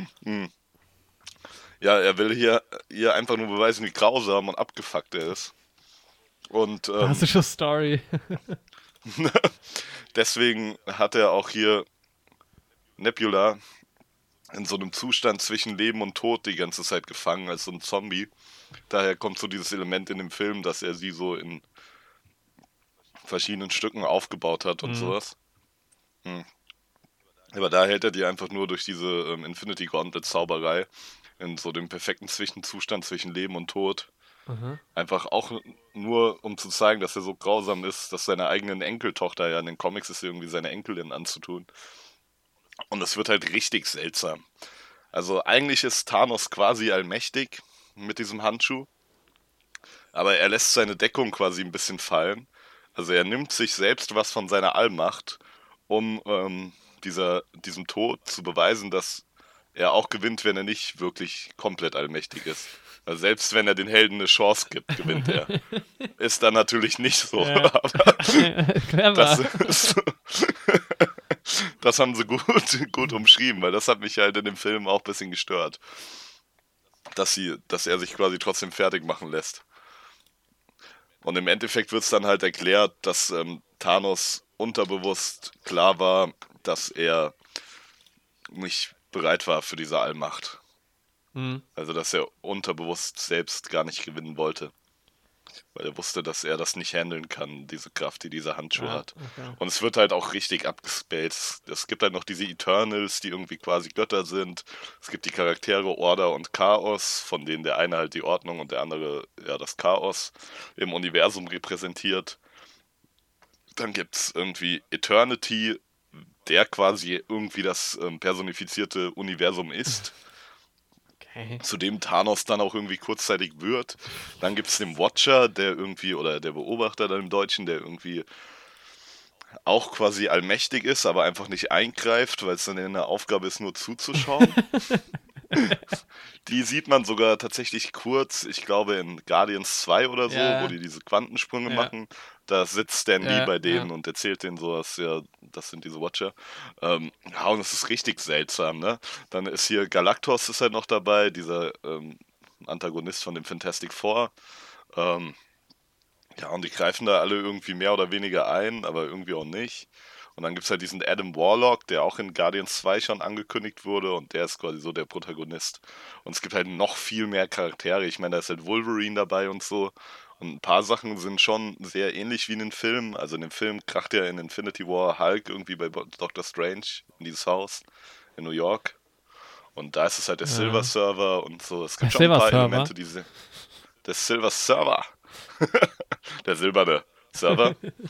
Ja, er will hier einfach nur beweisen, wie grausam und abgefuckt er ist. Und klassische Story. deswegen hat er auch hier Nebula in so einem Zustand zwischen Leben und Tod die ganze Zeit gefangen, als so ein Zombie. Daher kommt so dieses Element in dem Film, dass er sie so in verschiedenen Stücken aufgebaut hat und sowas. Aber da hält er die einfach nur durch diese Infinity Gauntlet-Zauberei in so dem perfekten Zwischenzustand zwischen Leben und Tod. Einfach auch nur, um zu zeigen, dass er so grausam ist, dass seiner eigenen Enkeltochter, ja in den Comics ist irgendwie seine Enkelin anzutun. Und es wird halt richtig seltsam. Also eigentlich ist Thanos quasi allmächtig mit diesem Handschuh, aber er lässt seine Deckung quasi ein bisschen fallen. Also er nimmt sich selbst was von seiner Allmacht, um diesem Tod zu beweisen, dass er auch gewinnt, wenn er nicht wirklich komplett allmächtig ist. Also selbst wenn er den Helden eine Chance gibt, gewinnt er. Ist dann natürlich nicht so. Ja. Aber das haben sie gut umschrieben, weil das hat mich halt in dem Film auch ein bisschen gestört. Dass er sich quasi trotzdem fertig machen lässt. Und im Endeffekt wird es dann halt erklärt, dass Thanos unterbewusst klar war, dass er nicht bereit war für diese Allmacht. Also dass er unterbewusst selbst gar nicht gewinnen wollte. Weil er wusste, dass er das nicht handeln kann, diese Kraft, die dieser Handschuh hat. Okay. Und es wird halt auch richtig abgespaced. Es gibt halt noch diese Eternals, die irgendwie quasi Götter sind. Es gibt die Charaktere Order und Chaos, von denen der eine halt die Ordnung und der andere ja das Chaos im Universum repräsentiert. Dann gibt es irgendwie Eternity, der quasi irgendwie das personifizierte Universum ist. Okay. Zu dem Thanos dann auch irgendwie kurzzeitig wird. Dann gibt es den Watcher, der irgendwie, oder der Beobachter dann im Deutschen, der irgendwie auch quasi allmächtig ist, aber einfach nicht eingreift, weil es dann eine Aufgabe ist, nur zuzuschauen. Die sieht man sogar tatsächlich kurz, ich glaube in Guardians 2 oder so, wo die diese Quantensprünge machen. Da sitzt Stan Lee bei denen und erzählt denen sowas, ja, das sind diese Watcher. Ja, und es ist richtig seltsam, ne? Dann ist hier Galactus ist halt noch dabei, dieser Antagonist von dem Fantastic Four. Ja, und die greifen da alle irgendwie mehr oder weniger ein, aber irgendwie auch nicht. Und dann gibt es halt diesen Adam Warlock, der auch in Guardians 2 schon angekündigt wurde und der ist quasi so der Protagonist. Und es gibt halt noch viel mehr Charaktere. Ich meine, da ist halt Wolverine dabei und so. Und ein paar Sachen sind schon sehr ähnlich wie in den Filmen. Also in dem Film kracht ja in Infinity War Hulk irgendwie bei Doctor Strange in dieses Haus in New York. Und da ist es halt der Silver Server und so. Es gibt schon ein paar Elemente, der Silver Server. Der silberne Server.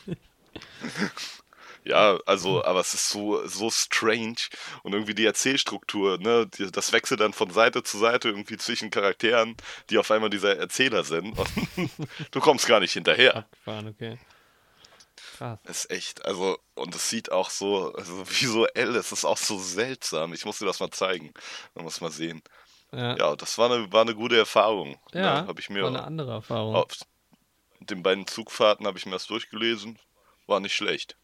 Ja, also, aber es ist so strange und irgendwie die Erzählstruktur, ne, das wechselt dann von Seite zu Seite irgendwie zwischen Charakteren, die auf einmal dieser Erzähler sind und du kommst gar nicht hinterher. Abgefahren, okay. Krass. Ist echt, also, und es sieht auch so, also visuell, es ist auch so seltsam. Ich muss dir das mal zeigen. Man muss mal sehen. Ja, Ja, das war eine gute Erfahrung. Ne? ja, Habe ich war eine mir andere Erfahrung. auf den beiden Zugfahrten habe ich mir das durchgelesen. War nicht schlecht.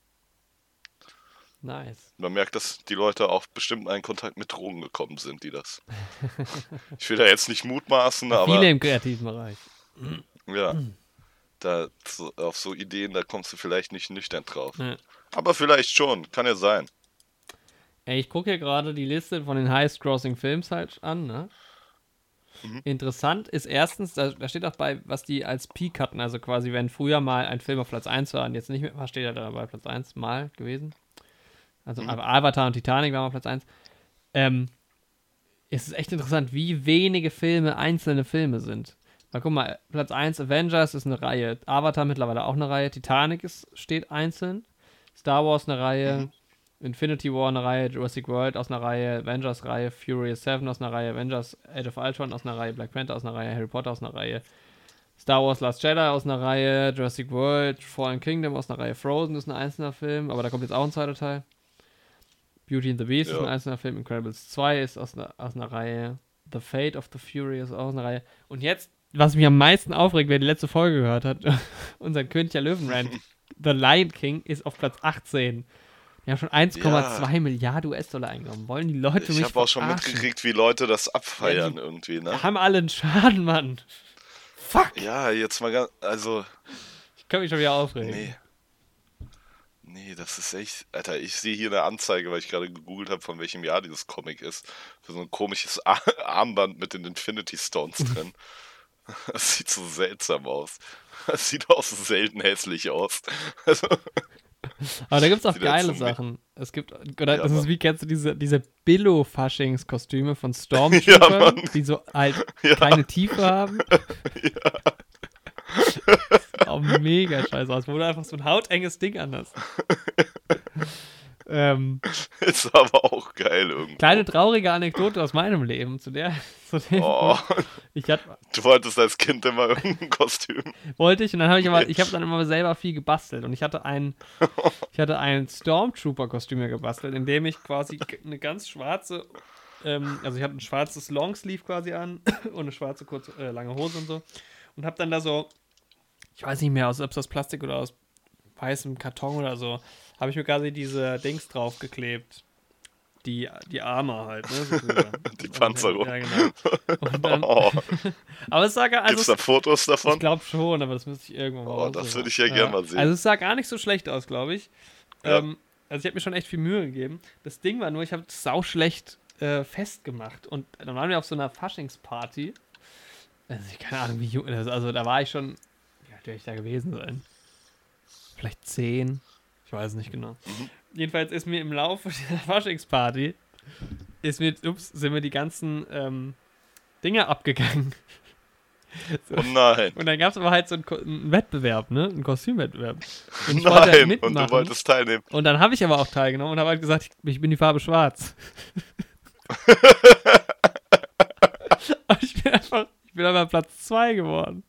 Nice. Man merkt, dass die Leute auch bestimmt in einen Kontakt mit Drogen gekommen sind, die das. Ich will da jetzt nicht mutmaßen, Ja, viele aber im kreativen Bereich. ja, auf so Ideen, da kommst du vielleicht nicht nüchtern drauf. Ja. Aber vielleicht schon, kann ja sein. Ey, ich gucke hier gerade die Liste von den Highest-Grossing Films halt an, ne? Mhm. Interessant ist erstens, da steht auch bei, was die als Peak hatten, also quasi, wenn früher mal ein Film auf Platz 1 war und jetzt nicht mehr war, steht er da bei Platz 1 mal gewesen. Also Mhm. aber Avatar und Titanic waren auf Platz 1. Ähm, es ist echt interessant, wie wenige Filme einzelne Filme sind. Weil guck mal, Platz 1 Avengers ist eine Reihe, Avatar mittlerweile auch eine Reihe, Titanic steht einzeln, Star Wars eine Reihe, Mhm. Infinity War eine Reihe, Jurassic World aus einer Reihe, Avengers Reihe, Furious 7 aus einer Reihe, Avengers Age of Ultron aus einer Reihe, Black Panther aus einer Reihe, Harry Potter aus einer Reihe, Star Wars Last Jedi aus einer Reihe, Jurassic World, Fallen Kingdom aus einer Reihe, Frozen ist ein einzelner Film, aber da kommt jetzt auch ein zweiter Teil. Beauty and the Beast ist ein Ja. einzelner Film, Incredibles 2 ist aus einer Reihe, The Fate of the Furious auch aus einer Reihe. Und jetzt, was mich am meisten aufregt, wer die letzte Folge gehört hat, unser König der Löwen-Rant, The Lion King ist auf Platz 18. Die haben schon 1,2 Ja, Milliarden US-Dollar eingenommen. Wollen die Leute ich mich habe auch schon verarschen? mitgekriegt, wie Leute das Ja, abfeiern die irgendwie, ne? haben alle einen Schaden, Mann. Fuck. Ja, jetzt mal ganz, also, Ich kann mich schon wieder aufregen. nee, nee, das ist echt, Alter, ich sehe hier eine Anzeige, weil ich gerade gegoogelt habe, von welchem Jahr dieses Comic ist. Für so ein komisches Armband mit den Infinity Stones drin. Das sieht so seltsam aus. Das sieht auch so selten hässlich aus. Also, Aber da gibt es auch sieht halt geile so Sachen. Es gibt, oder ja, das ist Mann. wie, kennst du diese Billo-Faschings-Kostüme von Ja, Stormtroopern, Mann. die so halt Ja, keine Tiefe haben? ja. Sieht auch mega scheiße aus, wo du einfach so ein hautenges Ding anhast. Ähm, Ist aber auch geil irgendwo. kleine traurige Anekdote aus meinem Leben zu dem Oh, Punkt. Ich hatte, du wolltest als Kind immer irgendein Kostüm. wollte ich und dann habe ich habe dann immer selber viel gebastelt und ich hatte ein Stormtrooper-Kostüm mir gebastelt, in dem ich quasi eine ganz schwarze, also ich hatte ein schwarzes Longsleeve quasi an und eine schwarze kurze, lange Hose und so und habe dann da so, ich weiß nicht mehr, ob es aus Plastik oder aus weißem Karton oder so, habe ich mir quasi diese Dings draufgeklebt. Die Arme halt, ne? So Die Panzerung. Ja, genau. Und dann, Oh, aber es sah gar, gibt's da Fotos ich davon? glaube schon, aber das müsste ich irgendwann mal Oh, das raussuchen. würde ich ja gern mal sehen. Also es sah gar nicht so schlecht aus, glaube ich. Ja. Also ich habe mir schon echt viel Mühe gegeben. Das Ding war nur, ich habe es sau schlecht festgemacht. Und dann waren wir auf so einer Faschingsparty. Also ich keine Ahnung, wie jung. Also da war ich schon. Wie alt werde ich da gewesen sein? Vielleicht 10. Ich weiß nicht genau. Mhm. Jedenfalls ist mir im Laufe dieser Faschingsparty sind mir die ganzen Dinge abgegangen. So. Oh nein. Und dann gab es aber halt so einen Wettbewerb, ne? Einen Kostümwettbewerb. Und ich wollte halt Nein. Und mitmachen. du wolltest teilnehmen. Und dann habe ich aber auch teilgenommen und habe halt gesagt, ich bin die Farbe schwarz. Aber ich bin einfach Platz 2 geworden.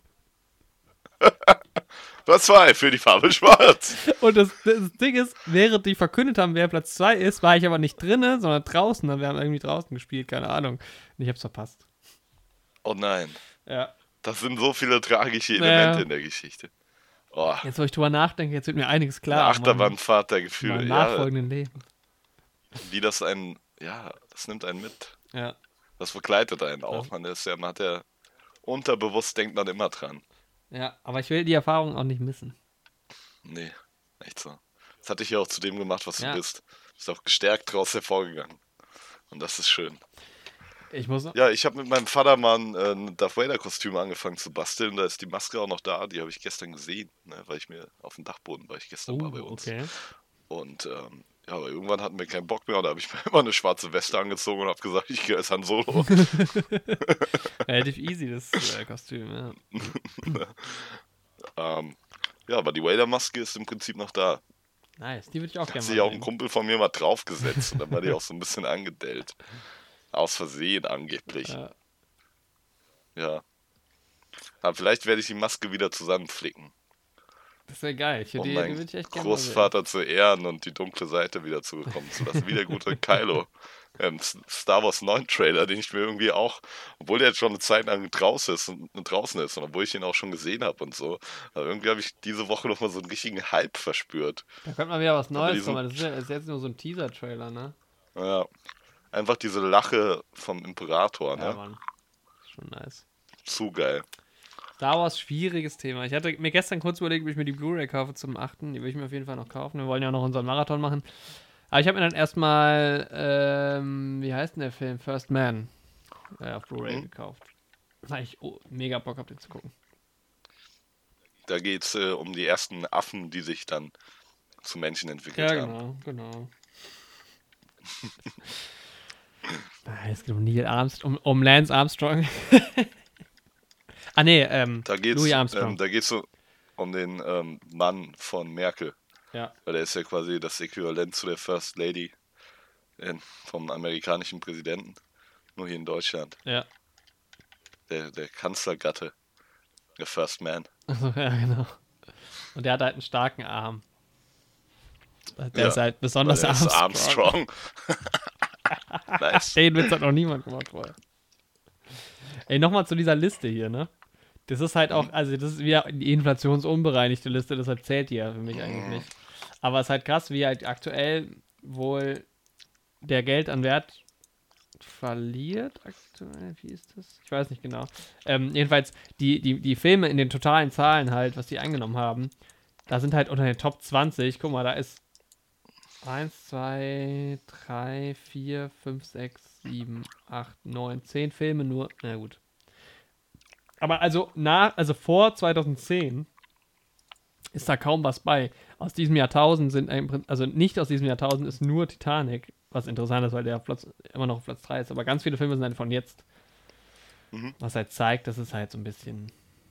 Platz 2 für die Farbe schwarz. Und das Ding ist, während die verkündet haben, wer Platz 2 ist, war ich aber nicht drinnen, sondern draußen. Wir haben irgendwie draußen gespielt, keine Ahnung. Und ich hab's verpasst. Oh nein. Ja. Das sind so viele tragische Elemente Ja. in der Geschichte. Oh, Jetzt, wo ich drüber nachdenke, jetzt wird mir einiges eine klar. Achterbahnfahrt der In Gefühle. meinem Ja, nachfolgenden Leben. wie das einen, ja, das nimmt einen mit. Ja. Das begleitet einen auch. Man hat ja unterbewusst denkt man immer dran. Ja, aber ich will die Erfahrung auch nicht missen. Nee, echt so. Das hat dich ja auch zu dem gemacht, was Ja. du bist. Du bist auch gestärkt daraus hervorgegangen. Und das ist schön. Ich muss noch. Ja, ich habe mit meinem Vater mal ein Darth Vader-Kostüm angefangen zu basteln. Da ist die Maske auch noch da. Die habe ich gestern gesehen, ne, weil ich mir auf dem Dachboden war ich gestern mal bei uns. Okay. Und ja, aber irgendwann hatten wir keinen Bock mehr. Und da habe ich mir immer eine schwarze Weste angezogen und habe gesagt, ich gehe als Han Solo. Relativ easy, das Kostüm, ja. Ja, aber die Vader-Maske ist im Prinzip noch da. Nice, die würde ich auch Da gerne hat mal sich auch ein sehen. Kumpel von mir mal draufgesetzt und dann war die auch so ein bisschen angedellt. Aus Versehen angeblich. Ja. Ja. Aber vielleicht werde ich die Maske wieder zusammenflicken. Das wäre geil. um Die meinen würde ich echt gerne mal sehen. Großvater zu ehren und die dunkle Seite wieder zukommen zu lassen. Wie der gute Kylo. Star Wars 9 Trailer, den ich mir irgendwie auch, obwohl der jetzt schon eine Zeit lang draußen ist und obwohl ich ihn auch schon gesehen habe und so, aber irgendwie habe ich diese Woche nochmal so einen richtigen Hype verspürt. Da könnte mal wieder was Aber Neues diesen, kommen. Das ist jetzt nur so ein Teaser-Trailer, ne? ja, einfach diese Lache vom Imperator, Ja, ne? Mann. Schon nice. Zu geil. Star Wars, schwieriges Thema. Ich hatte mir gestern kurz überlegt, ob ich mir die Blu-ray kaufe zum 8. Die will ich mir auf jeden Fall noch kaufen. Wir wollen ja noch unseren Marathon machen. Aber ich habe mir dann erstmal, wie heißt denn der Film? First Man auf Blu-ray gekauft. Da habe ich mega Bock auf den zu gucken. Da geht es um die ersten Affen, die sich dann zu Menschen entwickelt Ja, haben. genau. Es geht um Neil Armstrong, um Lance Armstrong. Louis Armstrong. Da geht es um den Mann von Merkel. Ja. Weil er ist ja quasi das Äquivalent zu der First Lady vom amerikanischen Präsidenten. Nur hier in Deutschland. Ja. Der Kanzlergatte. Der First Man. Also, ja, genau. Und der hat halt einen starken Arm. Der ist halt besonders Armstrong. Nice. Den Witz hat noch niemand gemacht vorher. Ey, nochmal zu dieser Liste hier, ne? Das ist halt auch, also das ist wieder die inflationsunbereinigte Liste, deshalb zählt die ja für mich eigentlich nicht. Aber es ist halt krass, wie halt aktuell wohl der Geld an Wert verliert. Aktuell, wie ist das? Ich weiß nicht genau. Jedenfalls, die Filme in den totalen Zahlen halt, was die eingenommen haben, da sind halt unter den Top 20, guck mal, da ist 1, 2, 3, 4, 5, 6, 7, 8, 9, 10 Filme nur. Na gut. Aber also vor 2010 ist da kaum was bei. Aus diesem Jahrtausend nicht aus diesem Jahrtausend ist nur Titanic, was interessant ist, weil der immer noch auf Platz 3 ist. Aber ganz viele Filme sind halt von jetzt. Was halt zeigt, dass es halt so ein bisschen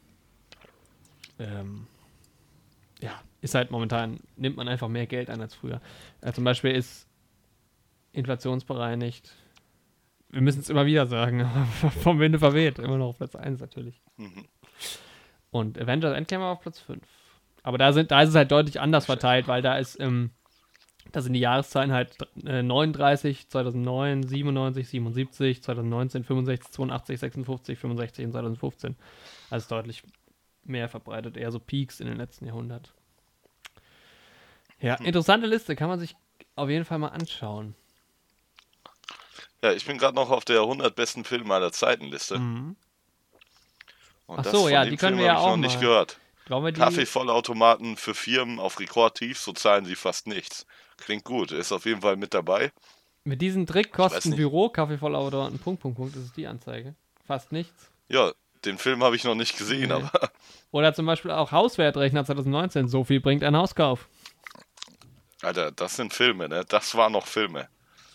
ist halt momentan, nimmt man einfach mehr Geld ein als früher. Zum Beispiel ist inflationsbereinigt, wir müssen es immer wieder sagen, aber vom Winde verweht, immer noch auf Platz 1 natürlich. Und Avengers Endgame auf Platz 5. Aber da ist es halt deutlich anders verteilt, weil da sind die Jahreszahlen halt 39, 2009, 97, 77, 2019, 65, 82, 56, 65 und 2015. Also deutlich mehr verbreitet, eher so Peaks in den letzten Jahrhundert. Ja, interessante Liste, kann man sich auf jeden Fall mal anschauen. Ja, ich bin gerade noch auf der 100 besten Filme aller Zeiten Liste. Und Ach so, ja, die können wir ja auch noch nicht gehört. Kaffeevollautomaten für Firmen auf Rekordtief, so zahlen sie fast nichts. Klingt gut, ist auf jeden Fall mit dabei. Mit diesem Trick kosten Büro Kaffeevollautomaten ... Das ist die Anzeige. Fast nichts. Ja, den Film habe ich noch nicht gesehen, aber... Oder zum Beispiel auch Hauswertrechner 2019. So viel bringt ein Hauskauf. Alter, das sind Filme, ne? Das waren noch Filme.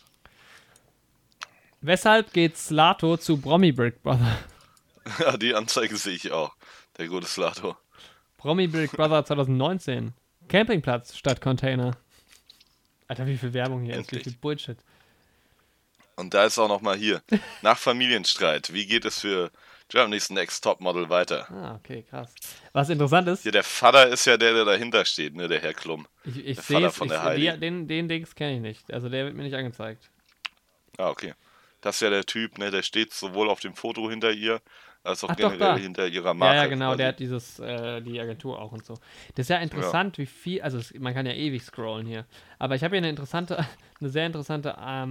Weshalb geht Slato zu Promi Big Brother? Ja, die Anzeige sehe ich auch. Der gute Slato. Promi Big Brother 2019. Campingplatz statt Container. Alter, wie viel Werbung hier Endlich. ist, wie viel Bullshit. Und da ist auch nochmal hier. Nach Familienstreit, wie geht es für Germany's Next Topmodel weiter? Ah, okay, krass. Was interessant ist... Hier, der Vater ist ja der dahinter steht, ne? Der Herr Klum. Ich sehe es, den Dings kenne ich nicht. Also der wird mir nicht angezeigt. Ah, okay. Das ist ja der Typ, ne? Der steht sowohl auf dem Foto hinter ihr, als auch generell hinter ihrer Marke. Ja, genau, quasi. der hat die Agentur auch und so. Das ist ja interessant, wie viel, also man kann ja ewig scrollen hier. Aber ich habe hier eine sehr interessante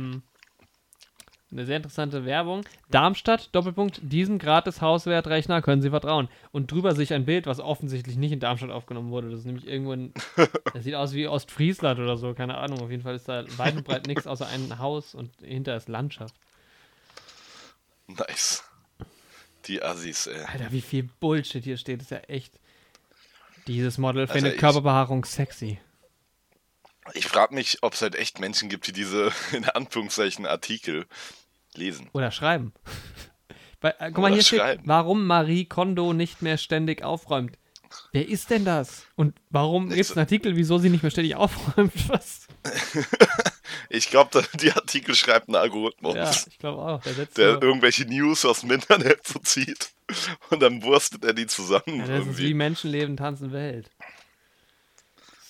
Werbung. Darmstadt, Doppelpunkt, diesem Gratis-Hauswertrechner können Sie vertrauen. Und drüber sich ein Bild, was offensichtlich nicht in Darmstadt aufgenommen wurde. Das ist nämlich irgendwo das sieht aus wie Ostfriesland oder so, keine Ahnung. Auf jeden Fall ist da weit und breit nichts außer ein Haus und hinter ist Landschaft. Nice. Die Assis, ey. Alter, wie viel Bullshit hier steht, ist ja echt. Dieses Model findet Körperbehaarung sexy. Ich frage mich, ob es halt echt Menschen gibt, die diese, in Anführungszeichen, Artikel lesen. Oder schreiben. Guck mal, hier steht, warum Marie Kondo nicht mehr ständig aufräumt. Wer ist denn das? Und warum gibt es einen Artikel, wieso sie nicht mehr ständig aufräumt? Was? Ich glaube, die Artikel schreibt ein Algorithmus. Ja, ich glaube auch. Der irgendwelche News aus dem Internet so zieht und dann wurstet er die zusammen. Ja, das ist wie Menschenleben, Tanzen, Welt.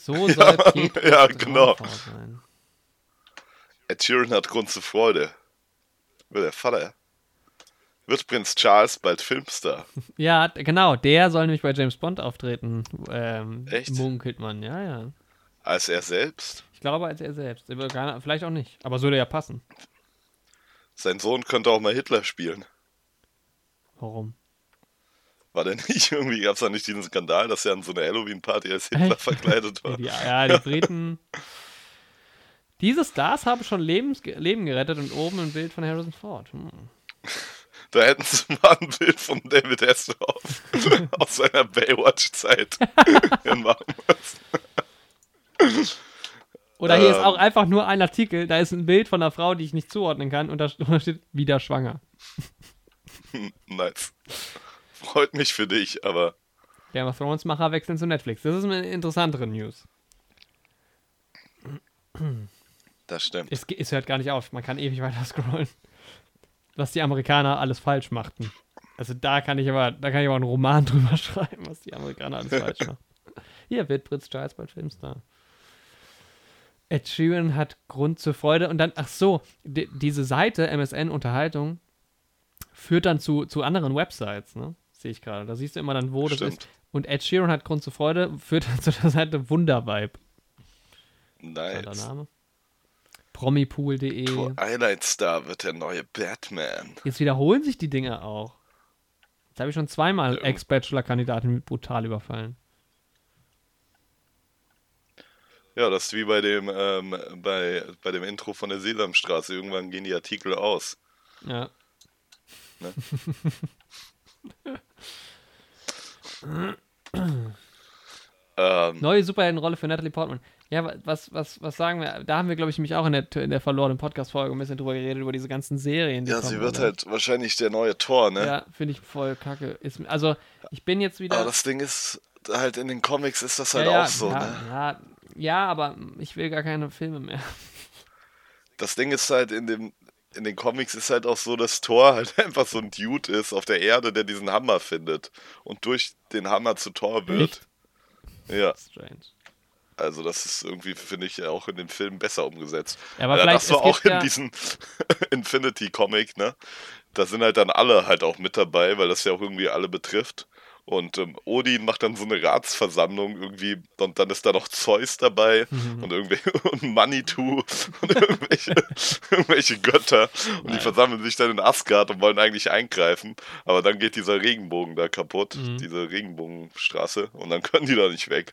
So soll Pietros ja, genau. Traumfrau sein. Ed Sheeran hat Grund zur Freude. Der Vater. Wird Prinz Charles bald Filmstar? Ja, genau, der soll nämlich bei James Bond auftreten. Echt? Munkelt man, ja. Als er selbst? Ich glaube, als er selbst. Vielleicht auch nicht, aber würde ja passen. Sein Sohn könnte auch mal Hitler spielen. Warum? War denn nicht irgendwie, gab es da nicht diesen Skandal, dass er an so einer Halloween-Party als Hitler verkleidet war? Die Briten. Diese Stars haben schon Leben gerettet und oben ein Bild von Harrison Ford. Da hätten sie mal ein Bild von David Hasselhoff aus seiner Baywatch-Zeit hinmachen müssen. Oder hier ist auch einfach nur ein Artikel, da ist ein Bild von einer Frau, die ich nicht zuordnen kann und da steht wieder schwanger. Nice. Freut mich für dich, aber... Game of Thrones Macher wechseln zu Netflix. Das ist eine interessantere News. Das stimmt. Es hört gar nicht auf. Man kann ewig weiter scrollen. Was die Amerikaner alles falsch machten. Also da kann ich aber einen Roman drüber schreiben, was die Amerikaner alles falsch machen. Hier wird Prinz Charles bald Filmstar. Ed Sheeran hat Grund zur Freude und dann, ach so, diese Seite MSN Unterhaltung führt dann zu anderen Websites, ne? Sehe ich gerade. Da siehst du immer dann, wo das ist. Und Ed Sheeran hat Grund zur Freude, führt dann zu der Seite Wundervibe. Nice. Der Name. Promipool.de. Twilight Star wird der neue Batman. Jetzt wiederholen sich die Dinge auch. Jetzt habe ich schon zweimal Ex-Bachelor-Kandidaten brutal überfallen. Ja, das ist wie bei dem, bei dem Intro von der Sesamstraße. Irgendwann gehen die Artikel aus. Ja. Ne? Neue Superheldenrolle für Natalie Portman. Ja, was sagen wir? Da haben wir, glaube ich, nämlich auch in der verlorenen Podcast-Folge ein bisschen drüber geredet, über diese ganzen Serien. Die ja, kommen, sie wird oder? halt wahrscheinlich der neue Thor, ne? Ja, finde ich voll kacke. Also, ich bin jetzt wieder... Aber das Ding ist, halt in den Comics ist das halt auch so, ne? Ja, aber ich will gar keine Filme mehr. Das Ding ist halt, in den Comics ist halt auch so, dass Thor halt einfach so ein Dude ist auf der Erde, der diesen Hammer findet und durch den Hammer zu Thor wird. Echt? Ja. Strange. Also das ist irgendwie, finde ich, auch in dem Film besser umgesetzt. Ja, aber vielleicht, das war auch in diesem Infinity-Comic, ne? Da sind halt dann alle halt auch mit dabei, weil das ja auch irgendwie alle betrifft. Und Odin macht dann so eine Ratsversammlung irgendwie und dann ist da noch Zeus dabei und und Manitou und irgendwelche Götter und die versammeln sich dann in Asgard und wollen eigentlich eingreifen, aber dann geht dieser Regenbogen da kaputt, diese Regenbogenstraße und dann können die da nicht weg.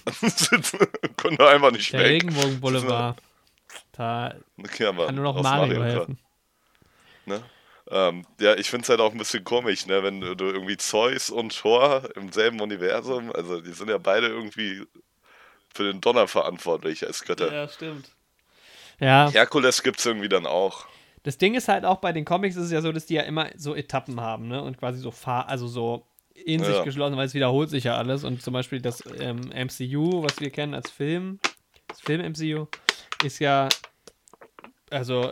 Können da einfach nicht der weg. Regenbogenboulevard. Da Ja, Mann, kann nur noch aus Mario helfen. Ne? Ja, ich finde es halt auch ein bisschen komisch, ne, wenn du irgendwie Zeus und Thor im selben Universum, also die sind ja beide irgendwie für den Donner verantwortlich als Götter. Ja, stimmt. Ja. Herkules gibt's irgendwie dann auch. Das Ding ist halt auch, bei den Comics ist es ja so, dass die ja immer so Etappen haben, ne, und quasi so in sich geschlossen, weil es wiederholt sich ja alles und zum Beispiel das MCU, was wir kennen als Film, das Film-MCU, ist ja, also,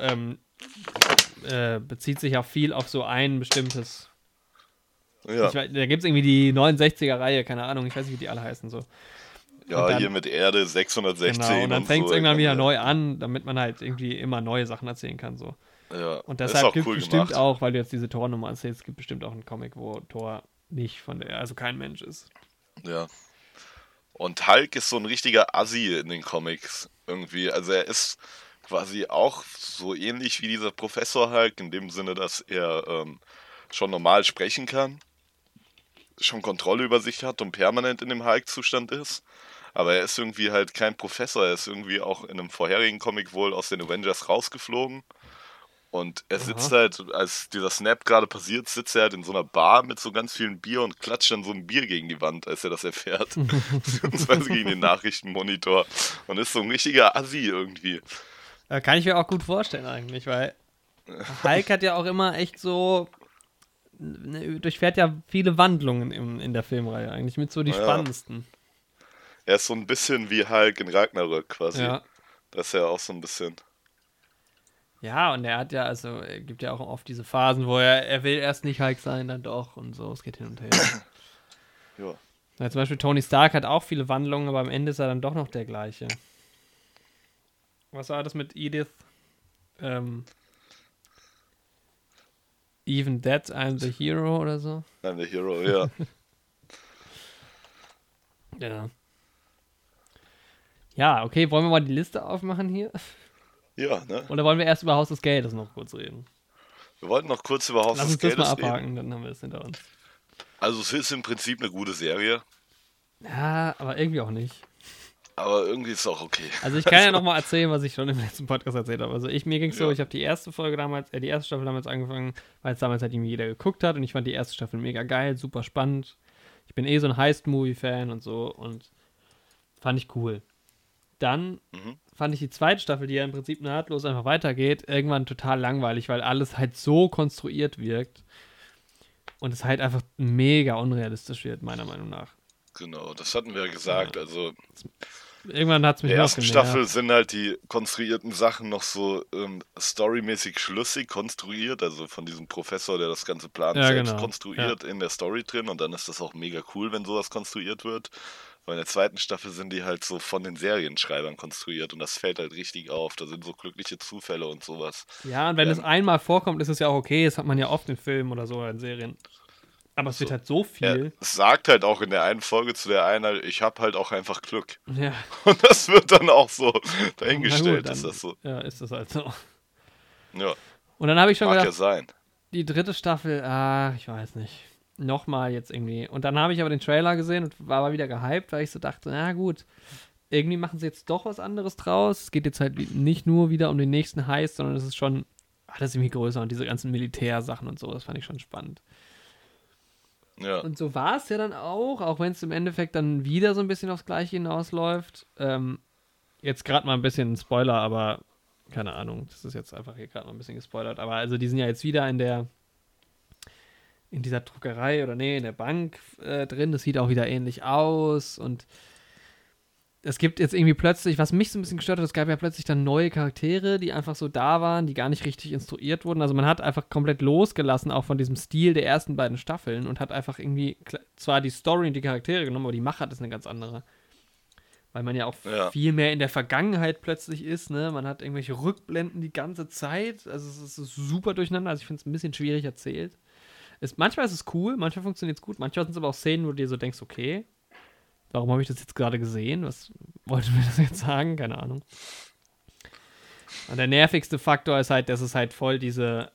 bezieht sich ja viel auf so ein bestimmtes. Ja. Da gibt es irgendwie die 69er-Reihe, keine Ahnung, ich weiß nicht, wie die alle heißen. So. Ja, dann, hier mit Erde 616. Genau, und dann fängt es so, irgendwann wieder neu an, damit man halt irgendwie immer neue Sachen erzählen kann. So. Ja, und deshalb gibt es cool bestimmt gemacht. auch, weil du jetzt diese Thor-Nummer erzählst, es gibt bestimmt auch einen Comic, wo Thor nicht also kein Mensch ist. Ja. Und Hulk ist so ein richtiger Assi in den Comics irgendwie. Also er ist quasi auch so ähnlich wie dieser Professor Hulk, in dem Sinne, dass er schon normal sprechen kann, schon Kontrolle über sich hat und permanent in dem Hulk-Zustand ist. Aber er ist irgendwie halt kein Professor, er ist irgendwie auch in einem vorherigen Comic wohl aus den Avengers rausgeflogen. Und er sitzt halt, als dieser Snap gerade passiert, sitzt er halt in so einer Bar mit so ganz vielen Bier und klatscht dann so ein Bier gegen die Wand, als er das erfährt. Beziehungsweise gegen den Nachrichtenmonitor. Und ist so ein richtiger Assi irgendwie. Kann ich mir auch gut vorstellen eigentlich, weil Hulk hat ja auch immer echt so, durchfährt ja viele Wandlungen in der Filmreihe, eigentlich mit so die spannendsten. Er ist so ein bisschen wie Hulk in Ragnarök quasi. Ja. Das ist ja auch so ein bisschen. Ja, und er gibt ja auch oft diese Phasen, wo er will erst nicht Hulk sein, dann doch und so, es geht hin und her. Ja. Ja, zum Beispiel Tony Stark hat auch viele Wandlungen, aber am Ende ist er dann doch noch der gleiche. Was war das mit Edith? Even Dead, I'm the Hero oder so? I'm the Hero, ja. Ja. Ja, okay, wollen wir mal die Liste aufmachen hier? Ja, ne? Oder wollen wir erst über Haus des Geldes noch kurz reden? Wir wollten noch kurz über Haus Lass des uns das Geldes mal reden. abhaken, dann haben wir das hinter uns. Also es ist im Prinzip eine gute Serie, Ja, aber irgendwie auch nicht. aber irgendwie ist es auch okay. Also ich kann ja nochmal erzählen, was ich schon im letzten Podcast erzählt habe. Also mir ging es so, Ja. ich habe die erste Staffel damals angefangen, weil es damals halt irgendwie jeder geguckt hat und ich fand die erste Staffel mega geil, super spannend. Ich bin so ein Heist-Movie-Fan und so und fand ich cool. Dann fand ich die zweite Staffel, die ja im Prinzip nahtlos einfach weitergeht, irgendwann total langweilig, weil alles halt so konstruiert wirkt und es halt einfach mega unrealistisch wird, meiner Meinung nach. Genau, das hatten wir ja gesagt. Ja. Also Irgendwann hat es mich in der nur ersten genervt. Staffel sind halt die konstruierten Sachen noch so storymäßig schlüssig konstruiert, also von diesem Professor, der das ganze Plan Ja, selbst genau. konstruiert in der Story drin, und dann ist das auch mega cool, wenn sowas konstruiert wird. Weil in der zweiten Staffel sind die halt so von den Serienschreibern konstruiert und das fällt halt richtig auf. Da sind so glückliche Zufälle und sowas. Ja, und wenn es einmal vorkommt, ist es ja auch okay. Das hat man ja oft in Filmen oder so oder in Serien. Aber es wird halt so viel. Er sagt halt auch in der einen Folge zu der einen, halt, ich habe halt auch einfach Glück. Ja. Und das wird dann auch so Na dahingestellt, gut, ist das so. Ja, ist das halt so. Ja, Und dann habe ich schon mag ja gedacht, sein. die dritte Staffel, ich weiß nicht. Nochmal jetzt irgendwie. Und dann habe ich aber den Trailer gesehen und war aber wieder gehypt, weil ich so dachte, na gut, irgendwie machen sie jetzt doch was anderes draus. Es geht jetzt halt nicht nur wieder um den nächsten Heist, sondern es ist schon alles irgendwie größer und diese ganzen Militärsachen und so, das fand ich schon spannend. Ja. Und so war es ja dann auch wenn es im Endeffekt dann wieder so ein bisschen aufs Gleiche hinausläuft. Jetzt gerade mal ein bisschen ein Spoiler, aber keine Ahnung, das ist jetzt einfach hier gerade mal ein bisschen gespoilert. Aber also die sind ja jetzt wieder in dieser Druckerei oder in der Bank drin. Das sieht auch wieder ähnlich aus und es gibt jetzt irgendwie plötzlich, was mich so ein bisschen gestört hat, es gab ja plötzlich dann neue Charaktere, die einfach so da waren, die gar nicht richtig instruiert wurden. Also man hat einfach komplett losgelassen, auch von diesem Stil der ersten beiden Staffeln und hat einfach irgendwie zwar die Story und die Charaktere genommen, aber die Machart ist eine ganz andere. Weil man ja auch viel mehr in der Vergangenheit plötzlich ist, ne? Man hat irgendwelche Rückblenden die ganze Zeit. Also es ist super durcheinander. Also ich finde es ein bisschen schwierig erzählt. Manchmal ist es cool, manchmal funktioniert es gut, manchmal sind es aber auch Szenen, wo du dir so denkst, okay, warum habe ich das jetzt gerade gesehen? Was wollte mir das jetzt sagen? Keine Ahnung. Und der nervigste Faktor ist halt, dass es halt voll diese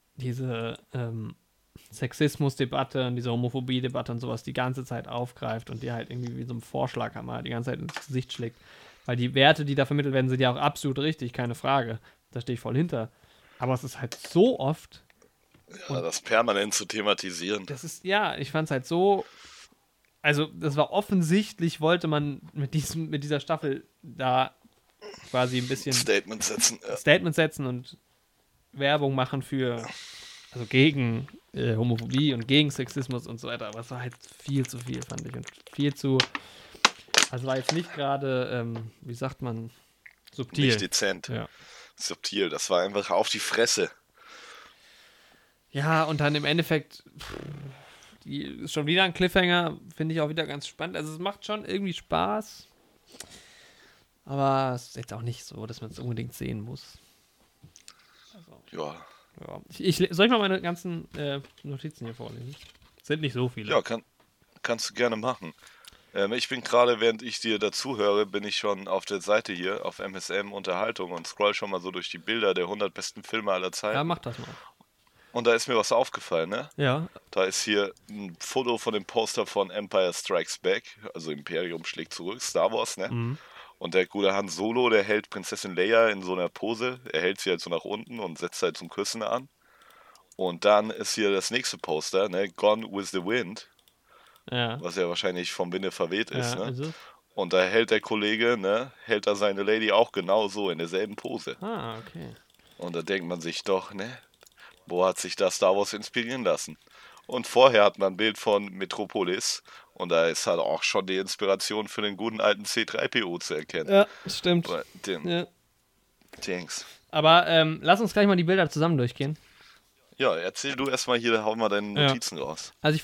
Sexismus-Debatte und diese Homophobie-Debatte und sowas die ganze Zeit aufgreift und die halt irgendwie wie so ein Vorschlaghammer die ganze Zeit ins Gesicht schlägt. Weil die Werte, die da vermittelt werden, sind ja auch absolut richtig, keine Frage. Da stehe ich voll hinter. Aber es ist halt so oft. Ja, das permanent zu thematisieren. Das ist, ich fand es halt so. Also, das war offensichtlich, wollte man mit dieser Staffel da quasi ein bisschen Statement setzen und Werbung machen also gegen Homophobie und gegen Sexismus und so weiter. Aber es war halt viel zu viel, fand ich. Und also war jetzt nicht gerade, wie sagt man, subtil. Nicht dezent. Ja. Subtil, das war einfach auf die Fresse. Ja, und dann im Endeffekt ist schon wieder ein Cliffhanger, finde ich auch wieder ganz spannend. Also es macht schon irgendwie Spaß, aber es ist jetzt auch nicht so, dass man es unbedingt sehen muss. Also, Ja. Soll ich mal meine ganzen Notizen hier vorlesen? Sind nicht so viele. Ja, kannst du gerne machen. Ich bin gerade, während ich dir dazu höre, bin ich schon auf der Seite hier, auf MSM Unterhaltung und scroll schon mal so durch die Bilder der 100 besten Filme aller Zeiten. Ja, mach das mal. Und da ist mir was aufgefallen, ne? Ja. Da ist hier ein Foto von dem Poster von Empire Strikes Back, also Imperium schlägt zurück, Star Wars, ne? Mhm. Und der gute Han Solo, der hält Prinzessin Leia in so einer Pose, er hält sie halt so nach unten und setzt halt zum Küssen an. Und dann ist hier das nächste Poster, ne? Gone with the Wind, was ja wahrscheinlich vom Winde verweht ist, ne? Ist es? Und da hält der Kollege, ne? Hält da seine Lady auch genau so in derselben Pose. Ah, okay. Und da denkt man sich doch, ne? Wo hat sich das Star Wars inspirieren lassen? Und vorher hat man ein Bild von Metropolis und da ist halt auch schon die Inspiration für den guten alten C3PO zu erkennen. Ja, stimmt. Bei dem Dings. Aber lass uns gleich mal die Bilder zusammen durchgehen. Ja, erzähl du erstmal hier, hau mal deine Notizen raus. Also ich fand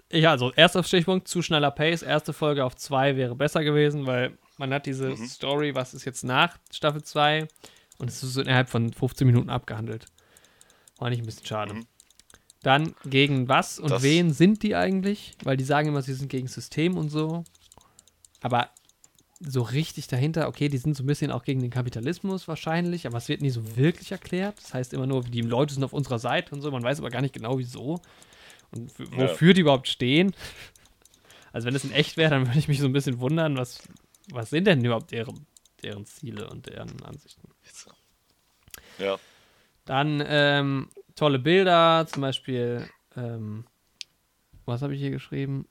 Ja, also erster Stichpunkt, zu schneller Pace. Erste Folge auf 2 wäre besser gewesen, weil man hat diese Story, was ist jetzt nach Staffel 2 und es ist so innerhalb von 15 Minuten abgehandelt. War nicht ein bisschen schade. Dann gegen was und wen sind die eigentlich? Weil die sagen immer, sie sind gegen System und so. Aber so richtig dahinter, okay, die sind so ein bisschen auch gegen den Kapitalismus wahrscheinlich, aber es wird nie so wirklich erklärt. Das heißt immer nur, die Leute sind auf unserer Seite und so, man weiß aber gar nicht genau, wieso und wofür die überhaupt stehen. Also wenn es in echt wäre, dann würde ich mich so ein bisschen wundern, was sind denn überhaupt deren Ziele und deren Ansichten. Ja. Dann tolle Bilder, zum Beispiel, was habe ich hier geschrieben?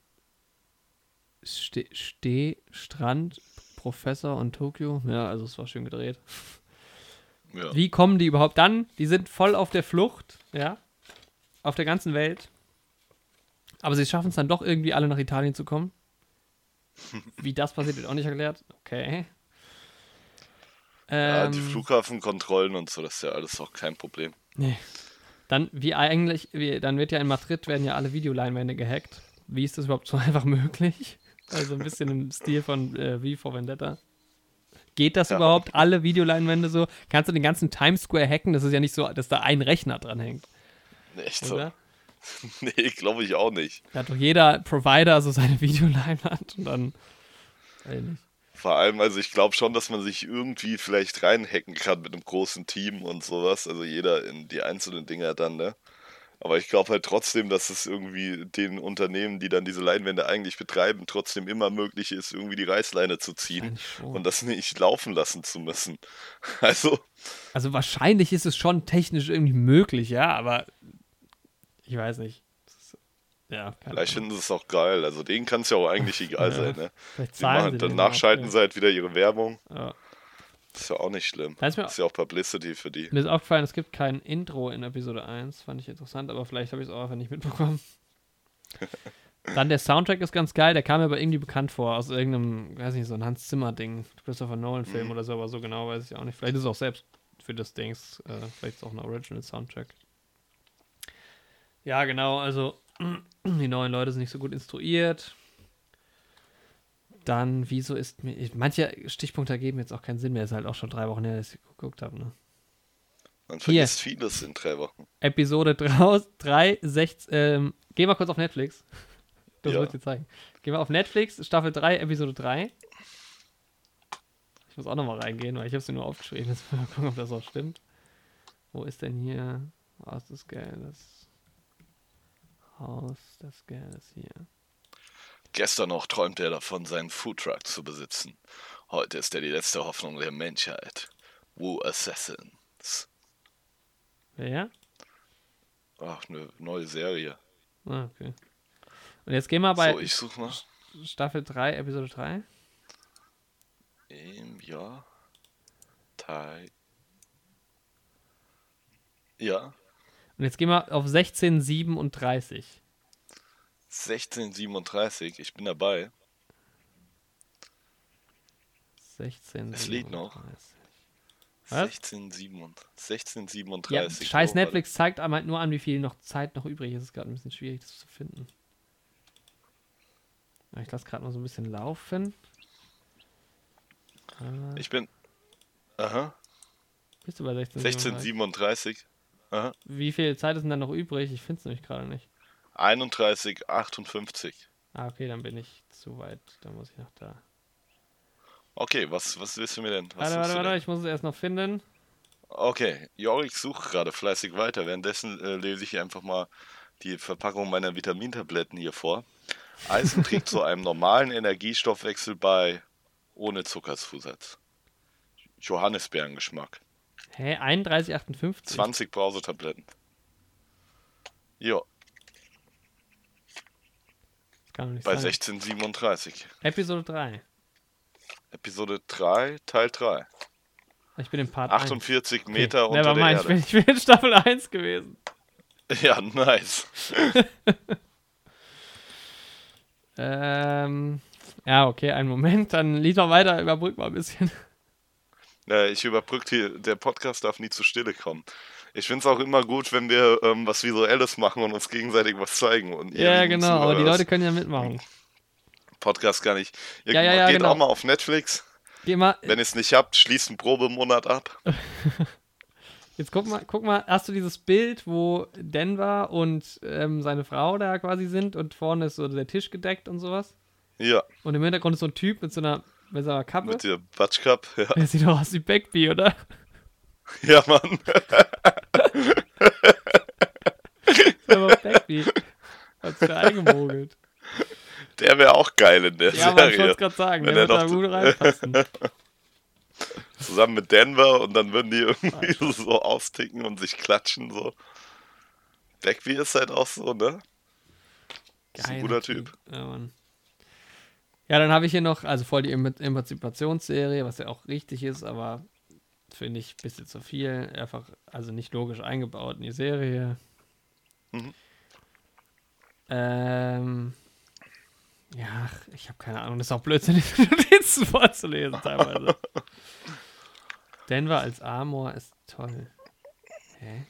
Strand, Professor und Tokio. Ja, also es war schön gedreht. Ja. Wie kommen die überhaupt dann? Die sind voll auf der Flucht, ja, auf der ganzen Welt. Aber sie schaffen es dann doch irgendwie alle nach Italien zu kommen. Wie das passiert, wird auch nicht erklärt. Okay. Ja, die Flughafenkontrollen und so, das ist ja alles auch kein Problem. Nee. Dann, dann wird ja in Madrid, werden ja alle Videoleinwände gehackt. Wie ist das überhaupt so einfach möglich? Also ein bisschen im Stil von V for Vendetta. Geht das überhaupt? Alle Videoleinwände so? Kannst du den ganzen Times Square hacken? Das ist ja nicht so, dass da ein Rechner dran hängt. Echt so? Nee, glaube ich auch nicht. Da hat doch jeder Provider so seine Videoleinwand und dann nicht. Vor allem, also ich glaube schon, dass man sich irgendwie vielleicht reinhacken kann mit einem großen Team und sowas. Also jeder in die einzelnen Dinger dann, ne? Aber ich glaube halt trotzdem, dass es irgendwie den Unternehmen, die dann diese Leinwände eigentlich betreiben, trotzdem immer möglich ist, irgendwie die Reißleine zu ziehen und das nicht laufen lassen zu müssen. Also wahrscheinlich ist es schon technisch irgendwie möglich, ja, aber ich weiß nicht. Vielleicht finden sie es auch geil. Also denen kann es ja auch eigentlich egal sein, ne? Sie machen, danach schalten sie halt wieder ihre Werbung. Ja. Das ist ja auch nicht schlimm. Das ist ja auch Publicity für die. Mir ist aufgefallen, es gibt kein Intro in Episode 1. Fand ich interessant, aber vielleicht habe ich es auch einfach nicht mitbekommen. Dann der Soundtrack ist ganz geil. Der kam mir aber irgendwie bekannt vor. Aus irgendeinem, weiß nicht, so ein Hans Zimmer-Ding. Christopher Nolan-Film oder so, aber so genau weiß ich auch nicht. Vielleicht ist es auch selbst für das Dings. Vielleicht ist es auch ein Original-Soundtrack. Ja, genau. Also, die neuen Leute sind nicht so gut instruiert. Dann, wieso ist mir... Manche Stichpunkte ergeben jetzt auch keinen Sinn mehr. Ist halt auch schon 3 Wochen her, dass ich geguckt habe, ne? Man vergisst vieles in 3 Wochen. Episode 3, 16... geh mal kurz auf Netflix. Das will ich dir zeigen. Geh mal auf Netflix, Staffel 3, Episode 3. Ich muss auch nochmal reingehen, weil ich habe es mir nur aufgeschrieben. Jetzt mal gucken, ob das auch stimmt. Wo ist denn hier... Haus des Geldes. Haus des Geldes hier. Gestern noch träumte er davon, seinen Foodtruck zu besitzen. Heute ist er die letzte Hoffnung der Menschheit. Wu Assassins. Wer? Ach, eine neue Serie. Ah, okay. Und jetzt gehen wir bei So, ich suche mal. Staffel 3, Episode 3. Im Jahr. Ja. Und jetzt gehen wir auf 16:37. 16:37, ich bin dabei. 16:37. Es lädt noch. 16:37. Ja, scheiß Netflix zeigt aber nur an, wie viel noch Zeit noch übrig ist. Es ist gerade ein bisschen schwierig, das zu finden. Ich lasse gerade mal so ein bisschen laufen. Ich bin... Aha. Bist du bei 16:37? Aha. Wie viel Zeit ist denn dann noch übrig? Ich finde es nämlich gerade nicht. 31:58. Ah, okay, dann bin ich zu weit. Dann muss ich noch da. Okay, was willst du mir denn? Warte, ich muss es erst noch finden. Okay, Jorik sucht gerade fleißig weiter. Währenddessen lese ich einfach mal die Verpackung meiner Vitamintabletten hier vor. Eisen trägt zu einem normalen Energiestoffwechsel bei, ohne Zuckerzusatz. Johannisbeerengeschmack. 31,58. 20 Brausetabletten. Jo. Kann nicht bei sein. 16:37. Episode 3. Episode 3, Teil 3. Ich bin im Part 48 1. Meter okay. unter der Erde. Ich bin in Staffel 1 gewesen. Ja, nice. Ja, okay, einen Moment. Dann lies mal weiter, überbrück mal ein bisschen. Ich überbrücke hier, der Podcast darf nie zur Stille kommen. Ich finde es auch immer gut, wenn wir was Visuelles machen und uns gegenseitig was zeigen. Und ihr Ja, lieben genau, aber die Zuhörer Leute das können ja mitmachen. Podcast gar nicht. Ihr Ja, geht auch genau. mal auf Netflix. Geh mal, Wenn ihr es nicht habt, schließt einen Probemonat ab. jetzt guck mal, hast du dieses Bild, wo Denver und seine Frau da quasi sind und vorne ist so der Tisch gedeckt und sowas? Ja, Und im Hintergrund ist so ein Typ mit so einer Kappe? mit der Batschkap. Ja. Der sieht doch aus wie Beckby, oder? Ja, Mann. Das ist aber Beckby. Hat sich da eingemogelt. Der wäre auch geil in der Ja, aber ich Serie. wollte es gerade sagen, Wenn der er wird da noch gut reinpassen. Zusammen mit Denver und dann würden die irgendwie so austicken und sich klatschen. So. Beckby ist halt auch so, ne? Ist ein guter Typ. Ja, Mann. Ja, dann habe ich hier noch, also voll die Emanzipationsserie, was ja auch richtig ist, aber finde ich ein bisschen zu viel. Einfach, also nicht logisch eingebaut in die Serie. Mhm. Ja, ich habe keine Ahnung, das ist auch blödsinnig, Notizen vorzulesen teilweise. Denver als Amor ist toll. Hä?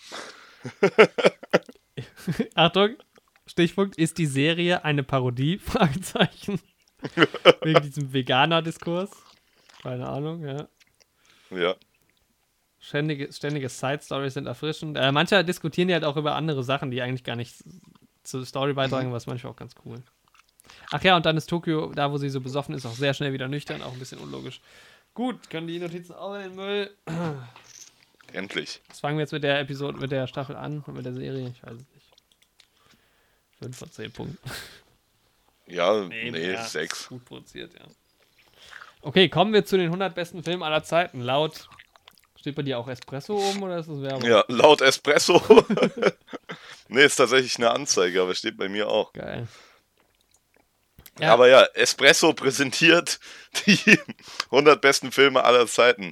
Achtung, Stichpunkt, ist die Serie eine Parodie? Fragezeichen. Wegen diesem Veganer-Diskurs. Keine Ahnung, ja. Ja. Ständige Side-Stories sind erfrischend. Manche diskutieren ja halt auch über andere Sachen, die eigentlich gar nicht zur Story beitragen, was manchmal auch ganz cool. Ach ja, und dann ist Tokio, da wo sie so besoffen ist, auch sehr schnell wieder nüchtern, auch ein bisschen unlogisch. Gut, können die Notizen auch in den Müll. Endlich. Was fangen wir jetzt mit der Episode, mit der Staffel an und mit der Serie? Ich weiß es nicht. 5 von 10 Punkten. Ja, Ja, 6. gut produziert, ja. Okay, kommen wir zu den 100 besten Filmen aller Zeiten. Laut, steht bei dir auch Espresso oben oder ist das Werbung? Ja, laut Espresso. Nee, ist tatsächlich eine Anzeige, aber steht bei mir auch. Geil. Ja. Aber ja, Espresso präsentiert die 100 besten Filme aller Zeiten.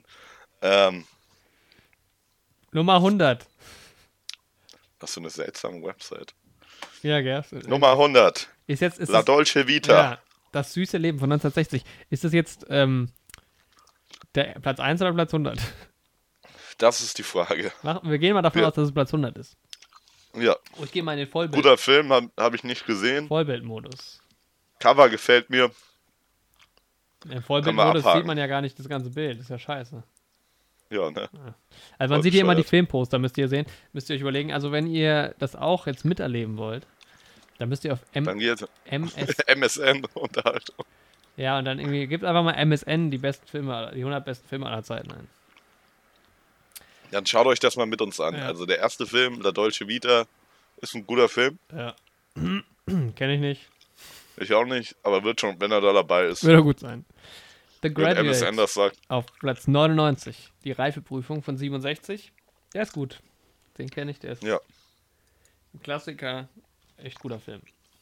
Nummer 100. Was für eine seltsame Website. Ja, gell? Nummer 100. Ist La Dolce Vita. Ja, das süße Leben von 1960. Ist das jetzt der Platz 1 oder Platz 100? Das ist die Frage. Wir gehen mal davon aus, dass es Platz 100 ist. Ja. Ich gehe mal in den Guter Film, hab ich nicht gesehen. Vollbildmodus. Cover gefällt mir. Im Vollbildmodus sieht man ja gar nicht das ganze Bild. Das ist ja scheiße. Ja, ne? Also man sieht hier immer die Filmposter, müsst ihr sehen. Müsst ihr euch überlegen. Also wenn ihr das auch jetzt miterleben wollt, dann müsst ihr auf MSN Unterhaltung. Ja, und dann irgendwie, gebt einfach mal MSN die 100 besten Filme aller Zeiten ein. Dann schaut euch das mal mit uns an. Ja. Also der erste Film, La Dolce Vita, ist ein guter Film. Ja. Kenne ich nicht. Ich auch nicht, aber wird schon, wenn er da dabei ist. Wird doch gut sein. The Wenn MSN Graduate das sagt. auf Platz 99. Die Reifeprüfung von 67. Der ist gut. Den kenne ich, der ist Ja. ein Klassiker. Echt guter Film.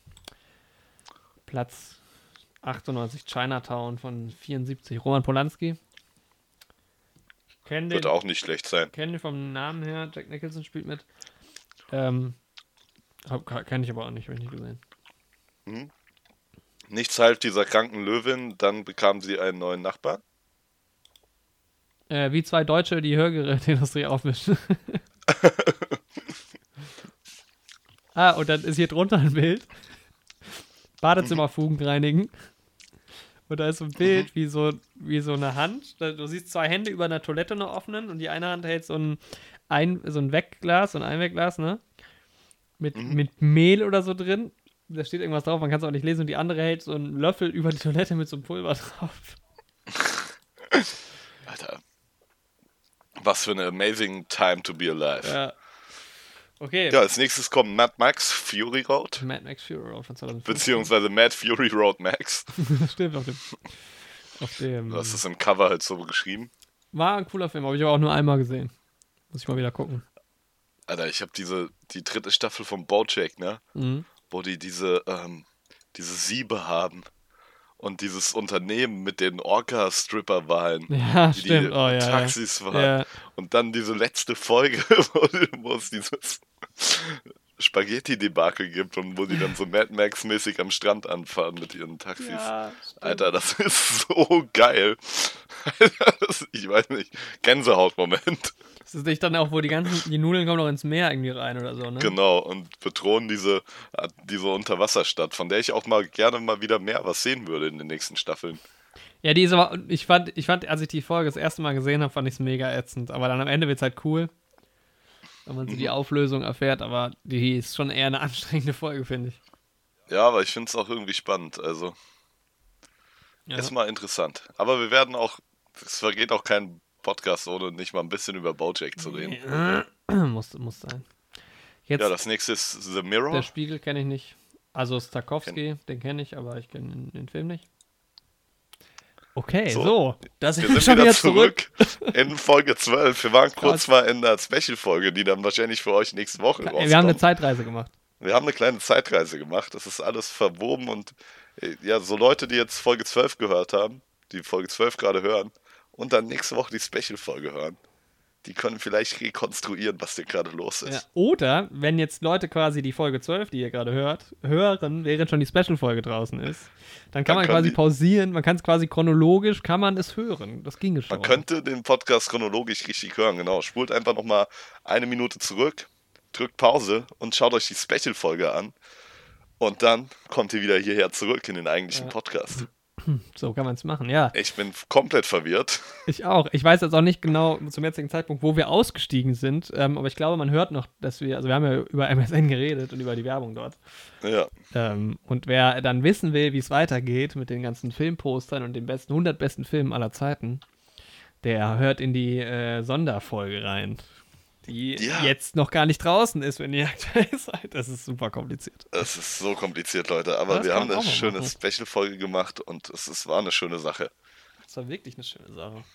Platz 98. Chinatown von 74. Roman Polanski. Wird auch nicht schlecht sein. Kenne ich vom Namen her. Jack Nicholson spielt mit. Kenne ich aber auch nicht, habe ich nicht gesehen. Nichts half dieser kranken Löwin, dann bekam sie einen neuen Nachbarn. Wie zwei Deutsche die Hörgeräteindustrie aufmischen. Und dann ist hier drunter ein Bild. Badezimmerfugen reinigen. Und da ist so ein Bild wie so eine Hand. Du siehst zwei Hände über einer Toilette noch offenen und die eine Hand hält so ein Wegglas, so ein Einwegglas, ne? Mit Mehl oder so drin. Da steht irgendwas drauf, man kann es auch nicht lesen. Und die andere hält so einen Löffel über die Toilette mit so einem Pulver drauf. Alter. Was für eine amazing time to be alive. Ja. Okay. Ja, als nächstes kommt Mad Max Fury Road. Mad Max Fury Road von 2005. Beziehungsweise Mad Fury Road Max. Das stimmt, auf dem. Das ist im Cover halt so geschrieben. War ein cooler Film, habe ich aber auch nur einmal gesehen. Muss ich mal wieder gucken. Alter, ich habe die dritte Staffel von BoJack, ne? Mhm. Wo die diese Siebe haben. Und dieses Unternehmen mit den Orca-Stripper-Wahlen. Ja, die stimmt. Die Oh, ja, Taxis waren. Ja. Und dann diese letzte Folge, wo es dieses Spaghetti-Debakel gibt und wo die dann so Mad Max-mäßig am Strand anfahren mit ihren Taxis. Ja, Alter, das ist so geil. Ich weiß nicht, Gänsehautmoment. Das ist nicht dann auch, wo die Nudeln kommen noch ins Meer irgendwie rein oder so, ne? Genau, und bedrohen diese Unterwasserstadt, von der ich auch mal gerne mal wieder mehr was sehen würde in den nächsten Staffeln. Ja, die ist aber, ich fand, als ich die Folge das erste Mal gesehen habe, fand ich es mega ätzend. Aber dann am Ende wird es halt cool, wenn man so die Auflösung erfährt. Aber die ist schon eher eine anstrengende Folge, finde ich. Ja, aber ich finde es auch irgendwie spannend, also Ja. ist mal interessant. Aber wir werden auch, es vergeht auch kein Podcast, ohne nicht mal ein bisschen über BoJack zu reden. muss sein. Jetzt, Ja, das nächste ist The Mirror. Der Spiegel kenne ich nicht. Also Starkowski, den kenne ich, aber ich kenne den Film nicht. Okay, so. Da wir sind wieder zurück in Folge 12. Wir waren kurz mal in der Special-Folge, die dann wahrscheinlich für euch nächste Woche rauskommt. Wir haben eine Zeitreise gemacht. Wir haben eine kleine Zeitreise gemacht. Das ist alles verwoben und ja, so Leute, die jetzt Folge 12 gehört haben, die Folge 12 gerade hören und dann nächste Woche die Special-Folge hören, die können vielleicht rekonstruieren, was denn gerade los ist. Ja, oder, wenn jetzt Leute quasi die Folge 12, die ihr gerade hören, während schon die Special-Folge draußen ist, dann kann man quasi pausieren, man kann es quasi chronologisch, kann man es hören. Das ginge schon. Man könnte den Podcast chronologisch richtig hören, genau. Spult einfach nochmal 1 Minute zurück, drückt Pause und schaut euch die Special-Folge an. Und dann kommt ihr wieder hierher zurück in den eigentlichen Podcast. So kann man es machen, ja. Ich bin komplett verwirrt. Ich auch. Ich weiß jetzt auch nicht genau zum jetzigen Zeitpunkt, wo wir ausgestiegen sind, aber ich glaube, man hört noch, dass wir haben ja über MSN geredet und über die Werbung dort. Ja. Und wer dann wissen will, wie es weitergeht mit den ganzen Filmpostern und den 100 besten Filmen aller Zeiten, der hört in die Sonderfolge rein, die jetzt noch gar nicht draußen ist, wenn ihr aktuell seid. Das ist super kompliziert. Es ist so kompliziert, Leute. Aber wir haben eine schöne Special-Folge gemacht und war eine schöne Sache. Das war wirklich eine schöne Sache.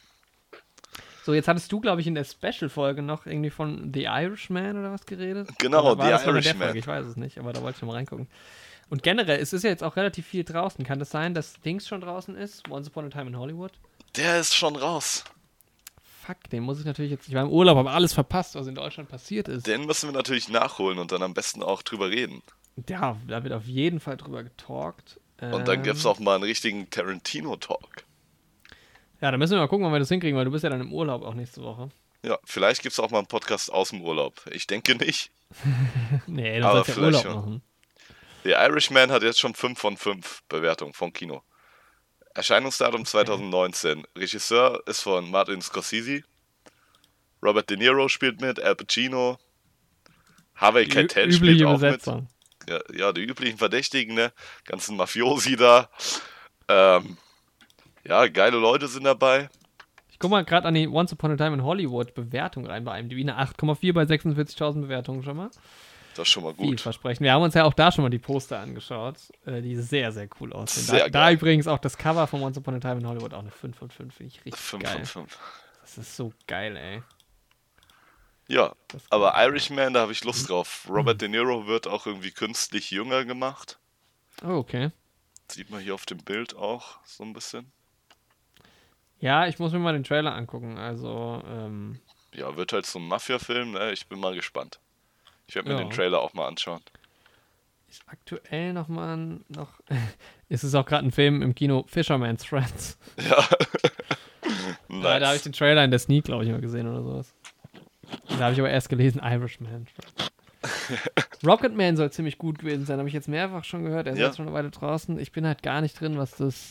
So, jetzt hattest du, glaube ich, in der Special-Folge noch irgendwie von The Irishman oder was geredet? Genau, The Irishman. Ich weiß es nicht, aber da wollte ich noch mal reingucken. Und generell, es ist ja jetzt auch relativ viel draußen. Kann das sein, dass Dings schon draußen ist? Once Upon a Time in Hollywood? Der ist schon raus. Fuck, den muss ich natürlich jetzt. Ich war im Urlaub, habe alles verpasst, was in Deutschland passiert ist. Den müssen wir natürlich nachholen und dann am besten auch drüber reden. Ja, da wird auf jeden Fall drüber getalkt. Und dann gibt es auch mal einen richtigen Tarantino-Talk. Ja, da müssen wir mal gucken, ob wir das hinkriegen, weil du bist ja dann im Urlaub auch nächste Woche. Ja, vielleicht gibt es auch mal einen Podcast aus dem Urlaub. Ich denke nicht. Nee, du sollst ja Urlaub machen. The Irishman hat jetzt schon 5 von 5 Bewertungen vom Kino. Erscheinungsdatum 2019. Regisseur ist von Martin Scorsese. Robert De Niro spielt mit, Al Pacino. Harvey Keitel spielt auch Übersetzung. mit. Ja, die üblichen Verdächtigen, ne? Ganzen Mafiosi da. Ja, geile Leute sind dabei. Ich guck mal gerade an die Once Upon a Time in Hollywood Bewertung rein bei IMDb. Eine 8,4 bei 46.000 Bewertungen schon mal. Das ist schon mal gut. Vielversprechend. Wir haben uns ja auch da schon mal die Poster angeschaut, die sehr, sehr cool aussehen. Da übrigens auch das Cover von Once Upon a Time in Hollywood auch eine 5 von 5, finde ich richtig 5 geil. 5 von 5. Das ist so geil, ey. Ja, aber Irishman, da habe ich Lust drauf. Robert De Niro wird auch irgendwie künstlich jünger gemacht. Oh, okay. Sieht man hier auf dem Bild auch so ein bisschen. Ja, ich muss mir mal den Trailer angucken, also, Ja, wird halt so ein Mafia-Film, ne? Ich bin mal gespannt. Ich werde mir den Trailer auch mal anschauen. Ist aktuell ist es auch gerade ein Film im Kino, Fisherman's Friends. Ja. Nice. Ja, da habe ich den Trailer in der Sneak, glaube ich, mal gesehen oder sowas. Da habe ich aber erst gelesen, Irishman. Rocketman soll ziemlich gut gewesen sein, habe ich jetzt mehrfach schon gehört. Er ist jetzt schon eine Weile draußen. Ich bin halt gar nicht drin, was das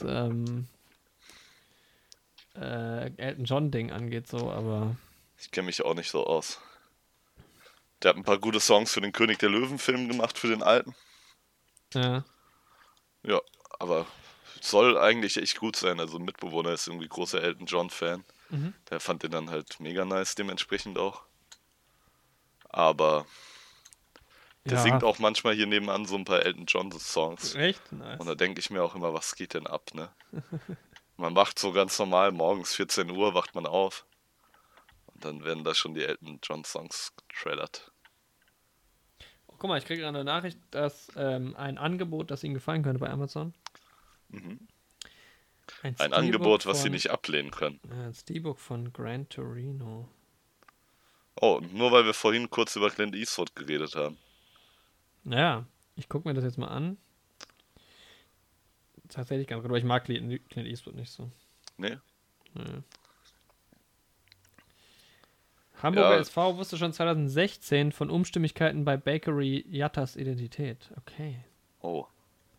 Elton John Ding angeht, so, aber... Ich kenne mich auch nicht so aus. Der hat ein paar gute Songs für den König der Löwen-Film gemacht, für den alten. Ja. Ja, aber soll eigentlich echt gut sein. Also ein Mitbewohner ist irgendwie großer Elton John-Fan. Mhm. Der fand den dann halt mega nice, dementsprechend auch. Aber der singt auch manchmal hier nebenan so ein paar Elton John-Songs. Echt? Nice. Und da denke ich mir auch immer, was geht denn ab, ne? Man wacht so ganz normal, morgens 14 Uhr wacht man auf. Und dann werden da schon die Elton John-Songs getrailert. Oh, guck mal, ich kriege gerade eine Nachricht, dass ein Angebot, das Ihnen gefallen könnte bei Amazon. Mhm. Ein Angebot, was Sie nicht ablehnen können. Ein Steelbook von Gran Torino. Oh, nur weil wir vorhin kurz über Clint Eastwood geredet haben. Naja, ich gucke mir das jetzt mal an. Tatsächlich ganz gut, aber ich mag Clint Eastwood nicht so. Nee? Nee. Hamburger Ja, SV wusste schon 2016 von Unstimmigkeiten bei Bakery Yattas Identität. Okay. oh.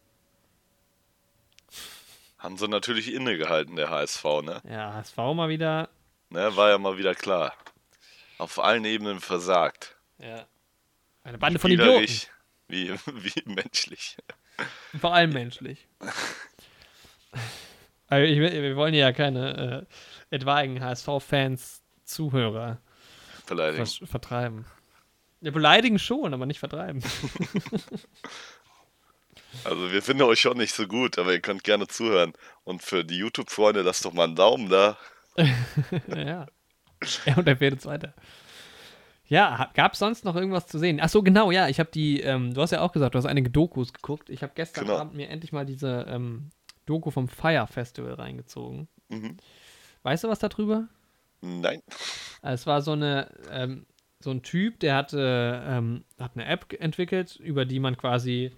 Haben sie natürlich innegehalten, der HSV, ne? Ja, HSV mal wieder. Ne, war ja mal wieder klar. Auf allen Ebenen versagt. Ja. Eine Bande von Idioten. Spielerisch wie menschlich. Vor allem menschlich. Also wir wollen ja keine etwaigen HSV-Fans, Zuhörer Beleidigen. vertreiben. Ja, beleidigen schon, aber nicht vertreiben. Also wir finden euch schon nicht so gut, aber ihr könnt gerne zuhören. Und für die YouTube-Freunde, lasst doch mal einen Daumen da. Ja. Und empfehlt uns weiter. Ja, gab es sonst noch irgendwas zu sehen? Ach so, genau, ja, ich habe du hast ja auch gesagt, du hast einige Dokus geguckt. Ich habe gestern Genau. Abend mir endlich mal diese Doku vom Fire Festival reingezogen. Mhm. Weißt du was darüber? Nein. Es war so ein Typ, der hat eine App entwickelt, über die man quasi,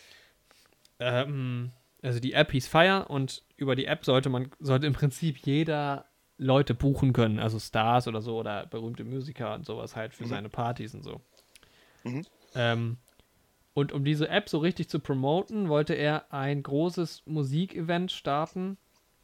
also die App hieß Fire und über die App sollte im Prinzip jeder Leute buchen können, also Stars oder so oder berühmte Musiker und sowas halt für seine Partys und so. Mhm. Und um diese App so richtig zu promoten, wollte er ein großes Musikevent starten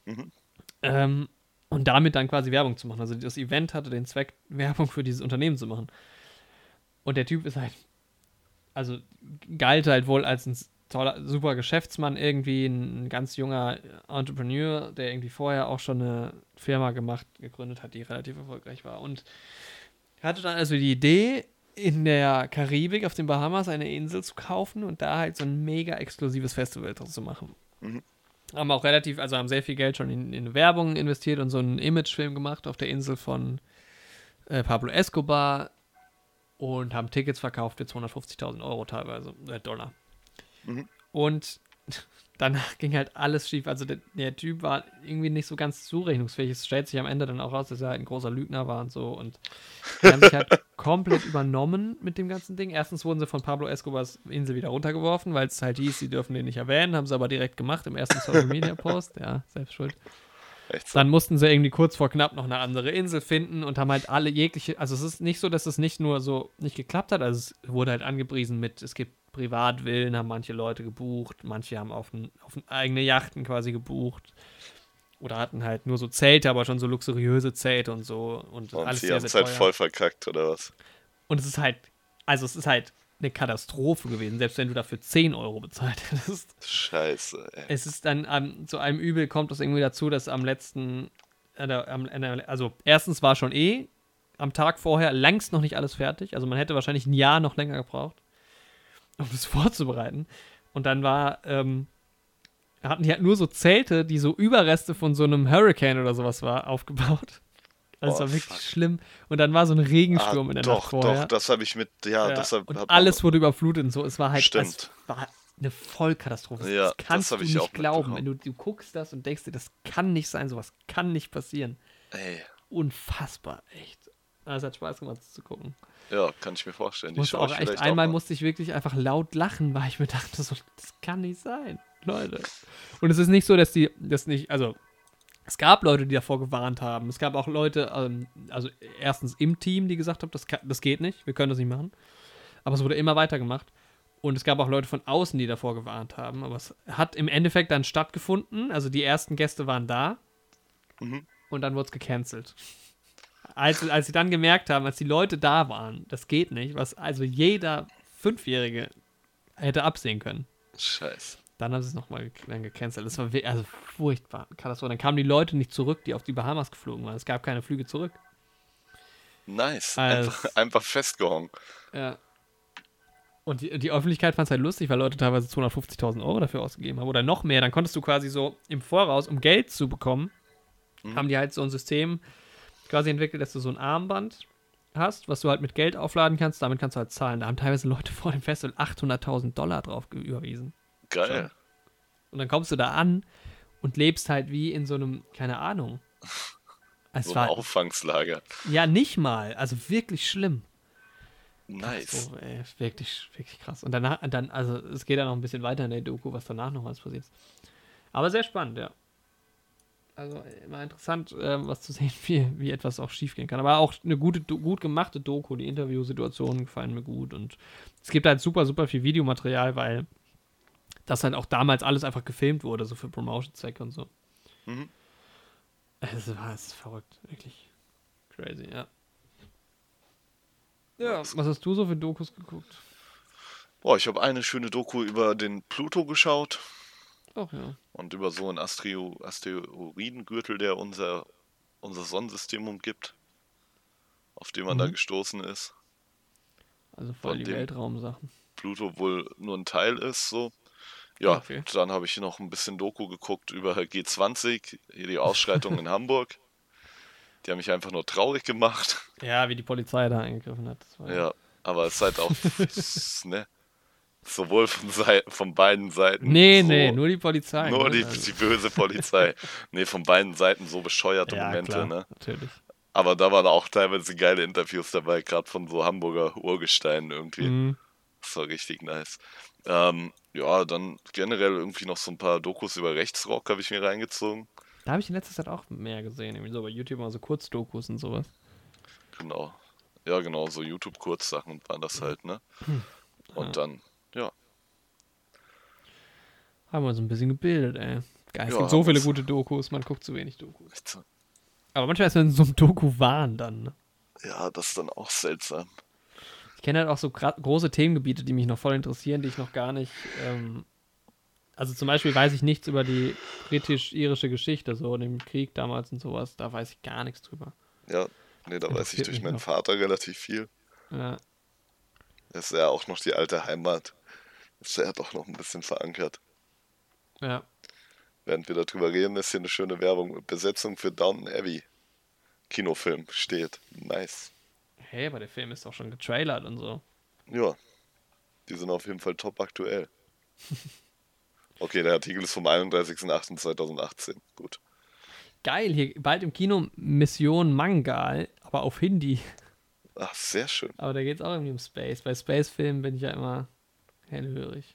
und damit dann quasi Werbung zu machen. Also das Event hatte den Zweck, Werbung für dieses Unternehmen zu machen. Und der Typ ist halt, also galt halt wohl als ein toller, super Geschäftsmann, irgendwie ein ganz junger Entrepreneur, der irgendwie vorher auch schon eine Firma gegründet hat, die relativ erfolgreich war. Und hatte dann also die Idee, in der Karibik auf den Bahamas eine Insel zu kaufen und da halt so ein mega exklusives Festival draus zu machen. Mhm. Haben auch haben sehr viel Geld schon in Werbung investiert und so einen Imagefilm gemacht auf der Insel von Pablo Escobar und haben Tickets verkauft für 250.000 Euro teilweise, Dollar. Mhm. Und danach ging halt alles schief. Also der Typ war irgendwie nicht so ganz zurechnungsfähig. Es stellt sich am Ende dann auch raus, dass er halt ein großer Lügner war und so. Und die haben sich halt komplett übernommen mit dem ganzen Ding. Erstens wurden sie von Pablo Escobars Insel wieder runtergeworfen, weil es halt hieß, sie dürfen den nicht erwähnen. Haben sie aber direkt gemacht im ersten Social Media Post. Ja, selbst schuld. Echt so? Dann mussten sie irgendwie kurz vor knapp noch eine andere Insel finden und haben halt alle jegliche. Also es ist nicht so, dass es nicht nur so nicht geklappt hat. Also es wurde halt angepriesen mit, es gibt Privatvillen, haben manche Leute gebucht, manche haben auf eigene Yachten quasi gebucht. Oder hatten halt nur so Zelte, aber schon so luxuriöse Zelte und so. Und Und alles sie sehr, haben sehr es halt teuer. voll verkackt, oder was? Und es ist halt eine Katastrophe gewesen, selbst wenn du dafür 10 Euro bezahlt hättest. Scheiße, ey. Es ist dann zu einem Übel kommt es irgendwie dazu, dass am letzten, also erstens war schon am Tag vorher längst noch nicht alles fertig. Also man hätte wahrscheinlich ein Jahr noch länger gebraucht, um das vorzubereiten. Und dann hatten die halt nur so Zelte, die so Überreste von so einem Hurricane oder sowas war, aufgebaut. Also es war wirklich schlimm. Und dann war so ein Regensturm in der Nacht vorher. Doch, das habe ich und alles wurde überflutet und so. Es war halt Stimmt. Es war eine Vollkatastrophe. Ja, Das kannst das du hab ich auch nicht glauben. mitbekommen. Wenn du guckst das und denkst dir, das kann nicht sein, sowas kann nicht passieren. Ey, Unfassbar, echt. Es hat Spaß gemacht, das zu gucken. ja, kann ich mir vorstellen. Musste auch echt, einmal musste ich wirklich einfach laut lachen, weil ich mir dachte, so, das kann nicht sein, Leute. Und es ist nicht so, dass also es gab Leute, die davor gewarnt haben. Es gab auch Leute, also erstens im Team, die gesagt haben, das geht nicht, wir können das nicht machen. Aber es wurde immer weitergemacht. Und es gab auch Leute von außen, die davor gewarnt haben. Aber es hat im Endeffekt dann stattgefunden. Also die ersten Gäste waren da. Mhm. Und dann wurde es gecancelt. Als sie dann gemerkt haben, als die Leute da waren, das geht nicht, was also jeder Fünfjährige hätte absehen können. Scheiße. Dann haben sie es nochmal gecancelt. Das war also furchtbar. Katastrophe. Dann kamen die Leute nicht zurück, die auf die Bahamas geflogen waren. Es gab keine Flüge zurück. Nice. Also, Einfach festgehauen. Ja. Und die Öffentlichkeit fand es halt lustig, weil Leute teilweise 250.000 Euro dafür ausgegeben haben. Oder noch mehr. Dann konntest du quasi so im Voraus, um Geld zu bekommen, haben die halt so ein System quasi entwickelt, dass du so ein Armband hast, was du halt mit Geld aufladen kannst. Damit kannst du halt zahlen. Da haben teilweise Leute vor dem Festival $800.000 drauf überwiesen. Geil. Schon. Und dann kommst du da an und lebst halt wie in so einem, keine Ahnung. Es So war ein Auffangslager. ja nicht mal, also wirklich schlimm. Nice. Katastrophe, ey. Wirklich, wirklich krass. Und danach, also es geht ja noch ein bisschen weiter in der Doku, was danach noch alles passiert ist. Aber sehr spannend, ja. Also immer interessant, was zu sehen, wie etwas auch schief gehen kann. Aber auch eine gut gemachte Doku. Die Interviewsituationen gefallen mir gut. Und es gibt halt super, super viel Videomaterial, weil das halt auch damals alles einfach gefilmt wurde, so für Promotion-Zwecke und so. Mhm. Es ist verrückt, wirklich crazy, ja. Ja, was hast du so für Dokus geguckt? Boah, ich habe eine schöne Doku über den Pluto geschaut Ach ja. und über so einen Asteroidengürtel, der unser Sonnensystem umgibt, auf den man da gestoßen ist. Also voll Von die dem Weltraumsachen. Pluto wohl nur ein Teil ist, so. Ja, Ja, okay. dann habe ich noch ein bisschen Doku geguckt über G20, hier die Ausschreitung in Hamburg. Die haben mich einfach nur traurig gemacht. Ja, wie die Polizei da eingegriffen hat. Das war Ja, aber es ist halt auch, ne, sowohl von beiden Seiten Nee, so, nur die Polizei, nur ne? die Also, böse Polizei. Nee, von beiden Seiten so bescheuerte ja, Momente, klar, ne. natürlich. Aber da waren auch teilweise geile Interviews dabei, gerade von so Hamburger Urgesteinen irgendwie. Mhm. Das war richtig nice. Ja, dann generell irgendwie noch so ein paar Dokus über Rechtsrock habe ich mir reingezogen. Da habe ich in letzter Zeit auch mehr gesehen. Irgendwie so bei YouTube mal so Kurzdokus und sowas. Genau. Ja, genau, so YouTube-Kurzsachen waren das halt, ne? Ja. Und dann, ja, Haben wir uns ein bisschen gebildet, ey. Geil, es ja, gibt so haben viele uns gute Dokus, man guckt zu wenig Dokus. echt so. Aber manchmal ist man in so einem Doku-Wahn dann, ne? Ja, das ist dann auch seltsam. Ich kenne halt auch so große Themengebiete, die mich noch voll interessieren, die ich noch gar nicht. Also zum Beispiel weiß ich nichts über die britisch-irische Geschichte, so in dem Krieg damals und sowas. Da weiß ich gar nichts drüber. Ja, nee, da weiß ich Interessiert durch mich meinen noch. Vater relativ viel. Ja, Das ist ja auch noch die alte Heimat. Ist ja doch noch ein bisschen verankert. ja. Während wir darüber reden, ist hier eine schöne Werbung. Besetzung für Downton Abbey. Kinofilm steht. Nice. Hey, aber der Film ist doch schon getrailert und so. Ja, die sind auf jeden Fall top aktuell. Okay, der Artikel ist vom 31.08.2018. Gut. Geil, hier bald im Kino Mission Mangal, aber auf Hindi. Ach, sehr schön. Aber da geht es auch irgendwie um Space. Bei Space-Filmen bin ich ja immer hellhörig.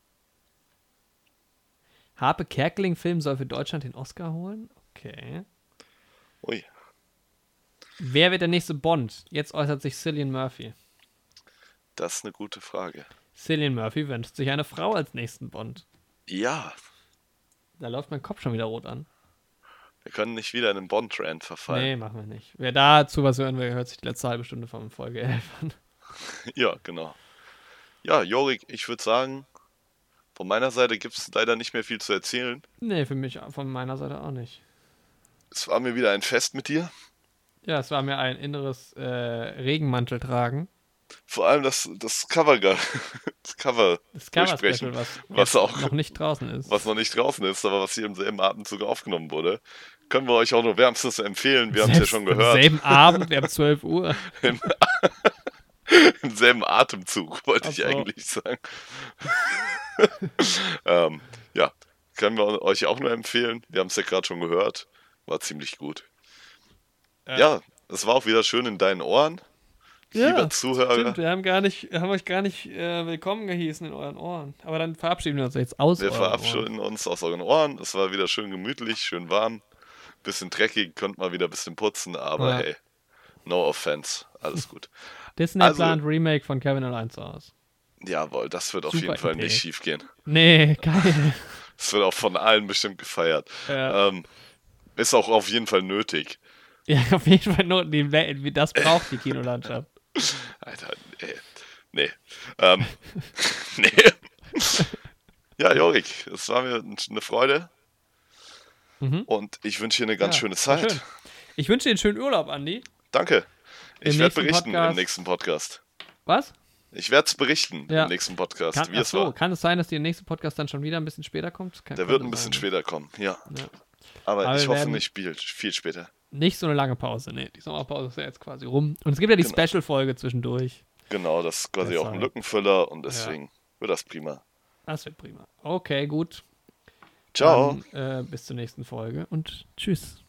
Harpe Kerkeling-Film soll für Deutschland den Oscar holen? Okay. Ui, Wer wird der nächste Bond? Jetzt äußert sich Cillian Murphy. das ist eine gute Frage. Cillian Murphy wünscht sich eine Frau als nächsten Bond. Ja, Da läuft mein Kopf schon wieder rot an. wir können nicht wieder in einen Bond-Trend verfallen. Nee, machen wir nicht. Wer dazu was hören will, hört sich die letzte halbe Stunde von Folge 11 an. Ja, genau. Ja, Jorik, ich würde sagen, von meiner Seite gibt es leider nicht mehr viel zu erzählen. Nee, für mich von meiner Seite auch nicht. Es war mir wieder ein Fest mit dir. Ja, es war mir ein inneres Regenmantel tragen. Vor allem das Cover, das Cover Das durchsprechen, Cover-Special, was was jetzt auch noch nicht draußen ist. was noch nicht draußen ist, aber was hier im selben Atemzug aufgenommen wurde. Können wir euch auch nur wärmstens empfehlen. Wir haben es ja schon Am gehört. selben Abend, wir haben 12 Uhr. Im selben Atemzug, wollte Ach ich so. eigentlich sagen. Ja, können wir euch auch nur empfehlen. Wir haben es ja gerade schon gehört. War ziemlich gut. Ja, es war auch wieder schön in deinen Ohren. Lieber Zuhörer. Stimmt, wir haben euch gar nicht willkommen gehießen in euren Ohren. Aber dann verabschieden wir uns jetzt aus Wir euren Ohren. verabschieden uns aus euren Ohren. Es war wieder schön gemütlich, schön warm. Bisschen dreckig, könnt mal wieder ein bisschen putzen, aber Ja. hey, no offense. Alles gut. Disney Also- plant Remake von Kevin allein zu Hause. Jawohl, das wird auf Super jeden Fall Idee. nicht schief gehen. Nee, geil. Das wird auch von allen bestimmt gefeiert. Ja. Ist auch auf jeden Fall nötig. Ja, auf jeden Fall nur, das braucht die Kinolandschaft. Alter, nee. Nee. Ja, Jorik, es war mir eine Freude. Und ich wünsche dir eine ganz schöne war Zeit. schön. Ich wünsche dir einen schönen Urlaub, Andi. Danke. Ich Im werde nächsten berichten Podcast- im nächsten Podcast. Was? Ich werde es berichten Ja. im nächsten Podcast, wie es Achso, war. kann es sein, dass der nächste Podcast dann schon wieder ein bisschen später kommt? Der wird ein bisschen später kommen, ja. Ja. Aber Aber ich wir hoffe werden- nicht viel später. Nicht so eine lange Pause, nee. Die Sommerpause ist ja jetzt quasi rum. Und es gibt ja die Genau. Special-Folge zwischendurch. Genau, das ist quasi auch ein Deshalb. Lückenfüller und deswegen wird das prima. Das wird prima. Okay, gut. Ciao. Dann, bis zur nächsten Folge und tschüss.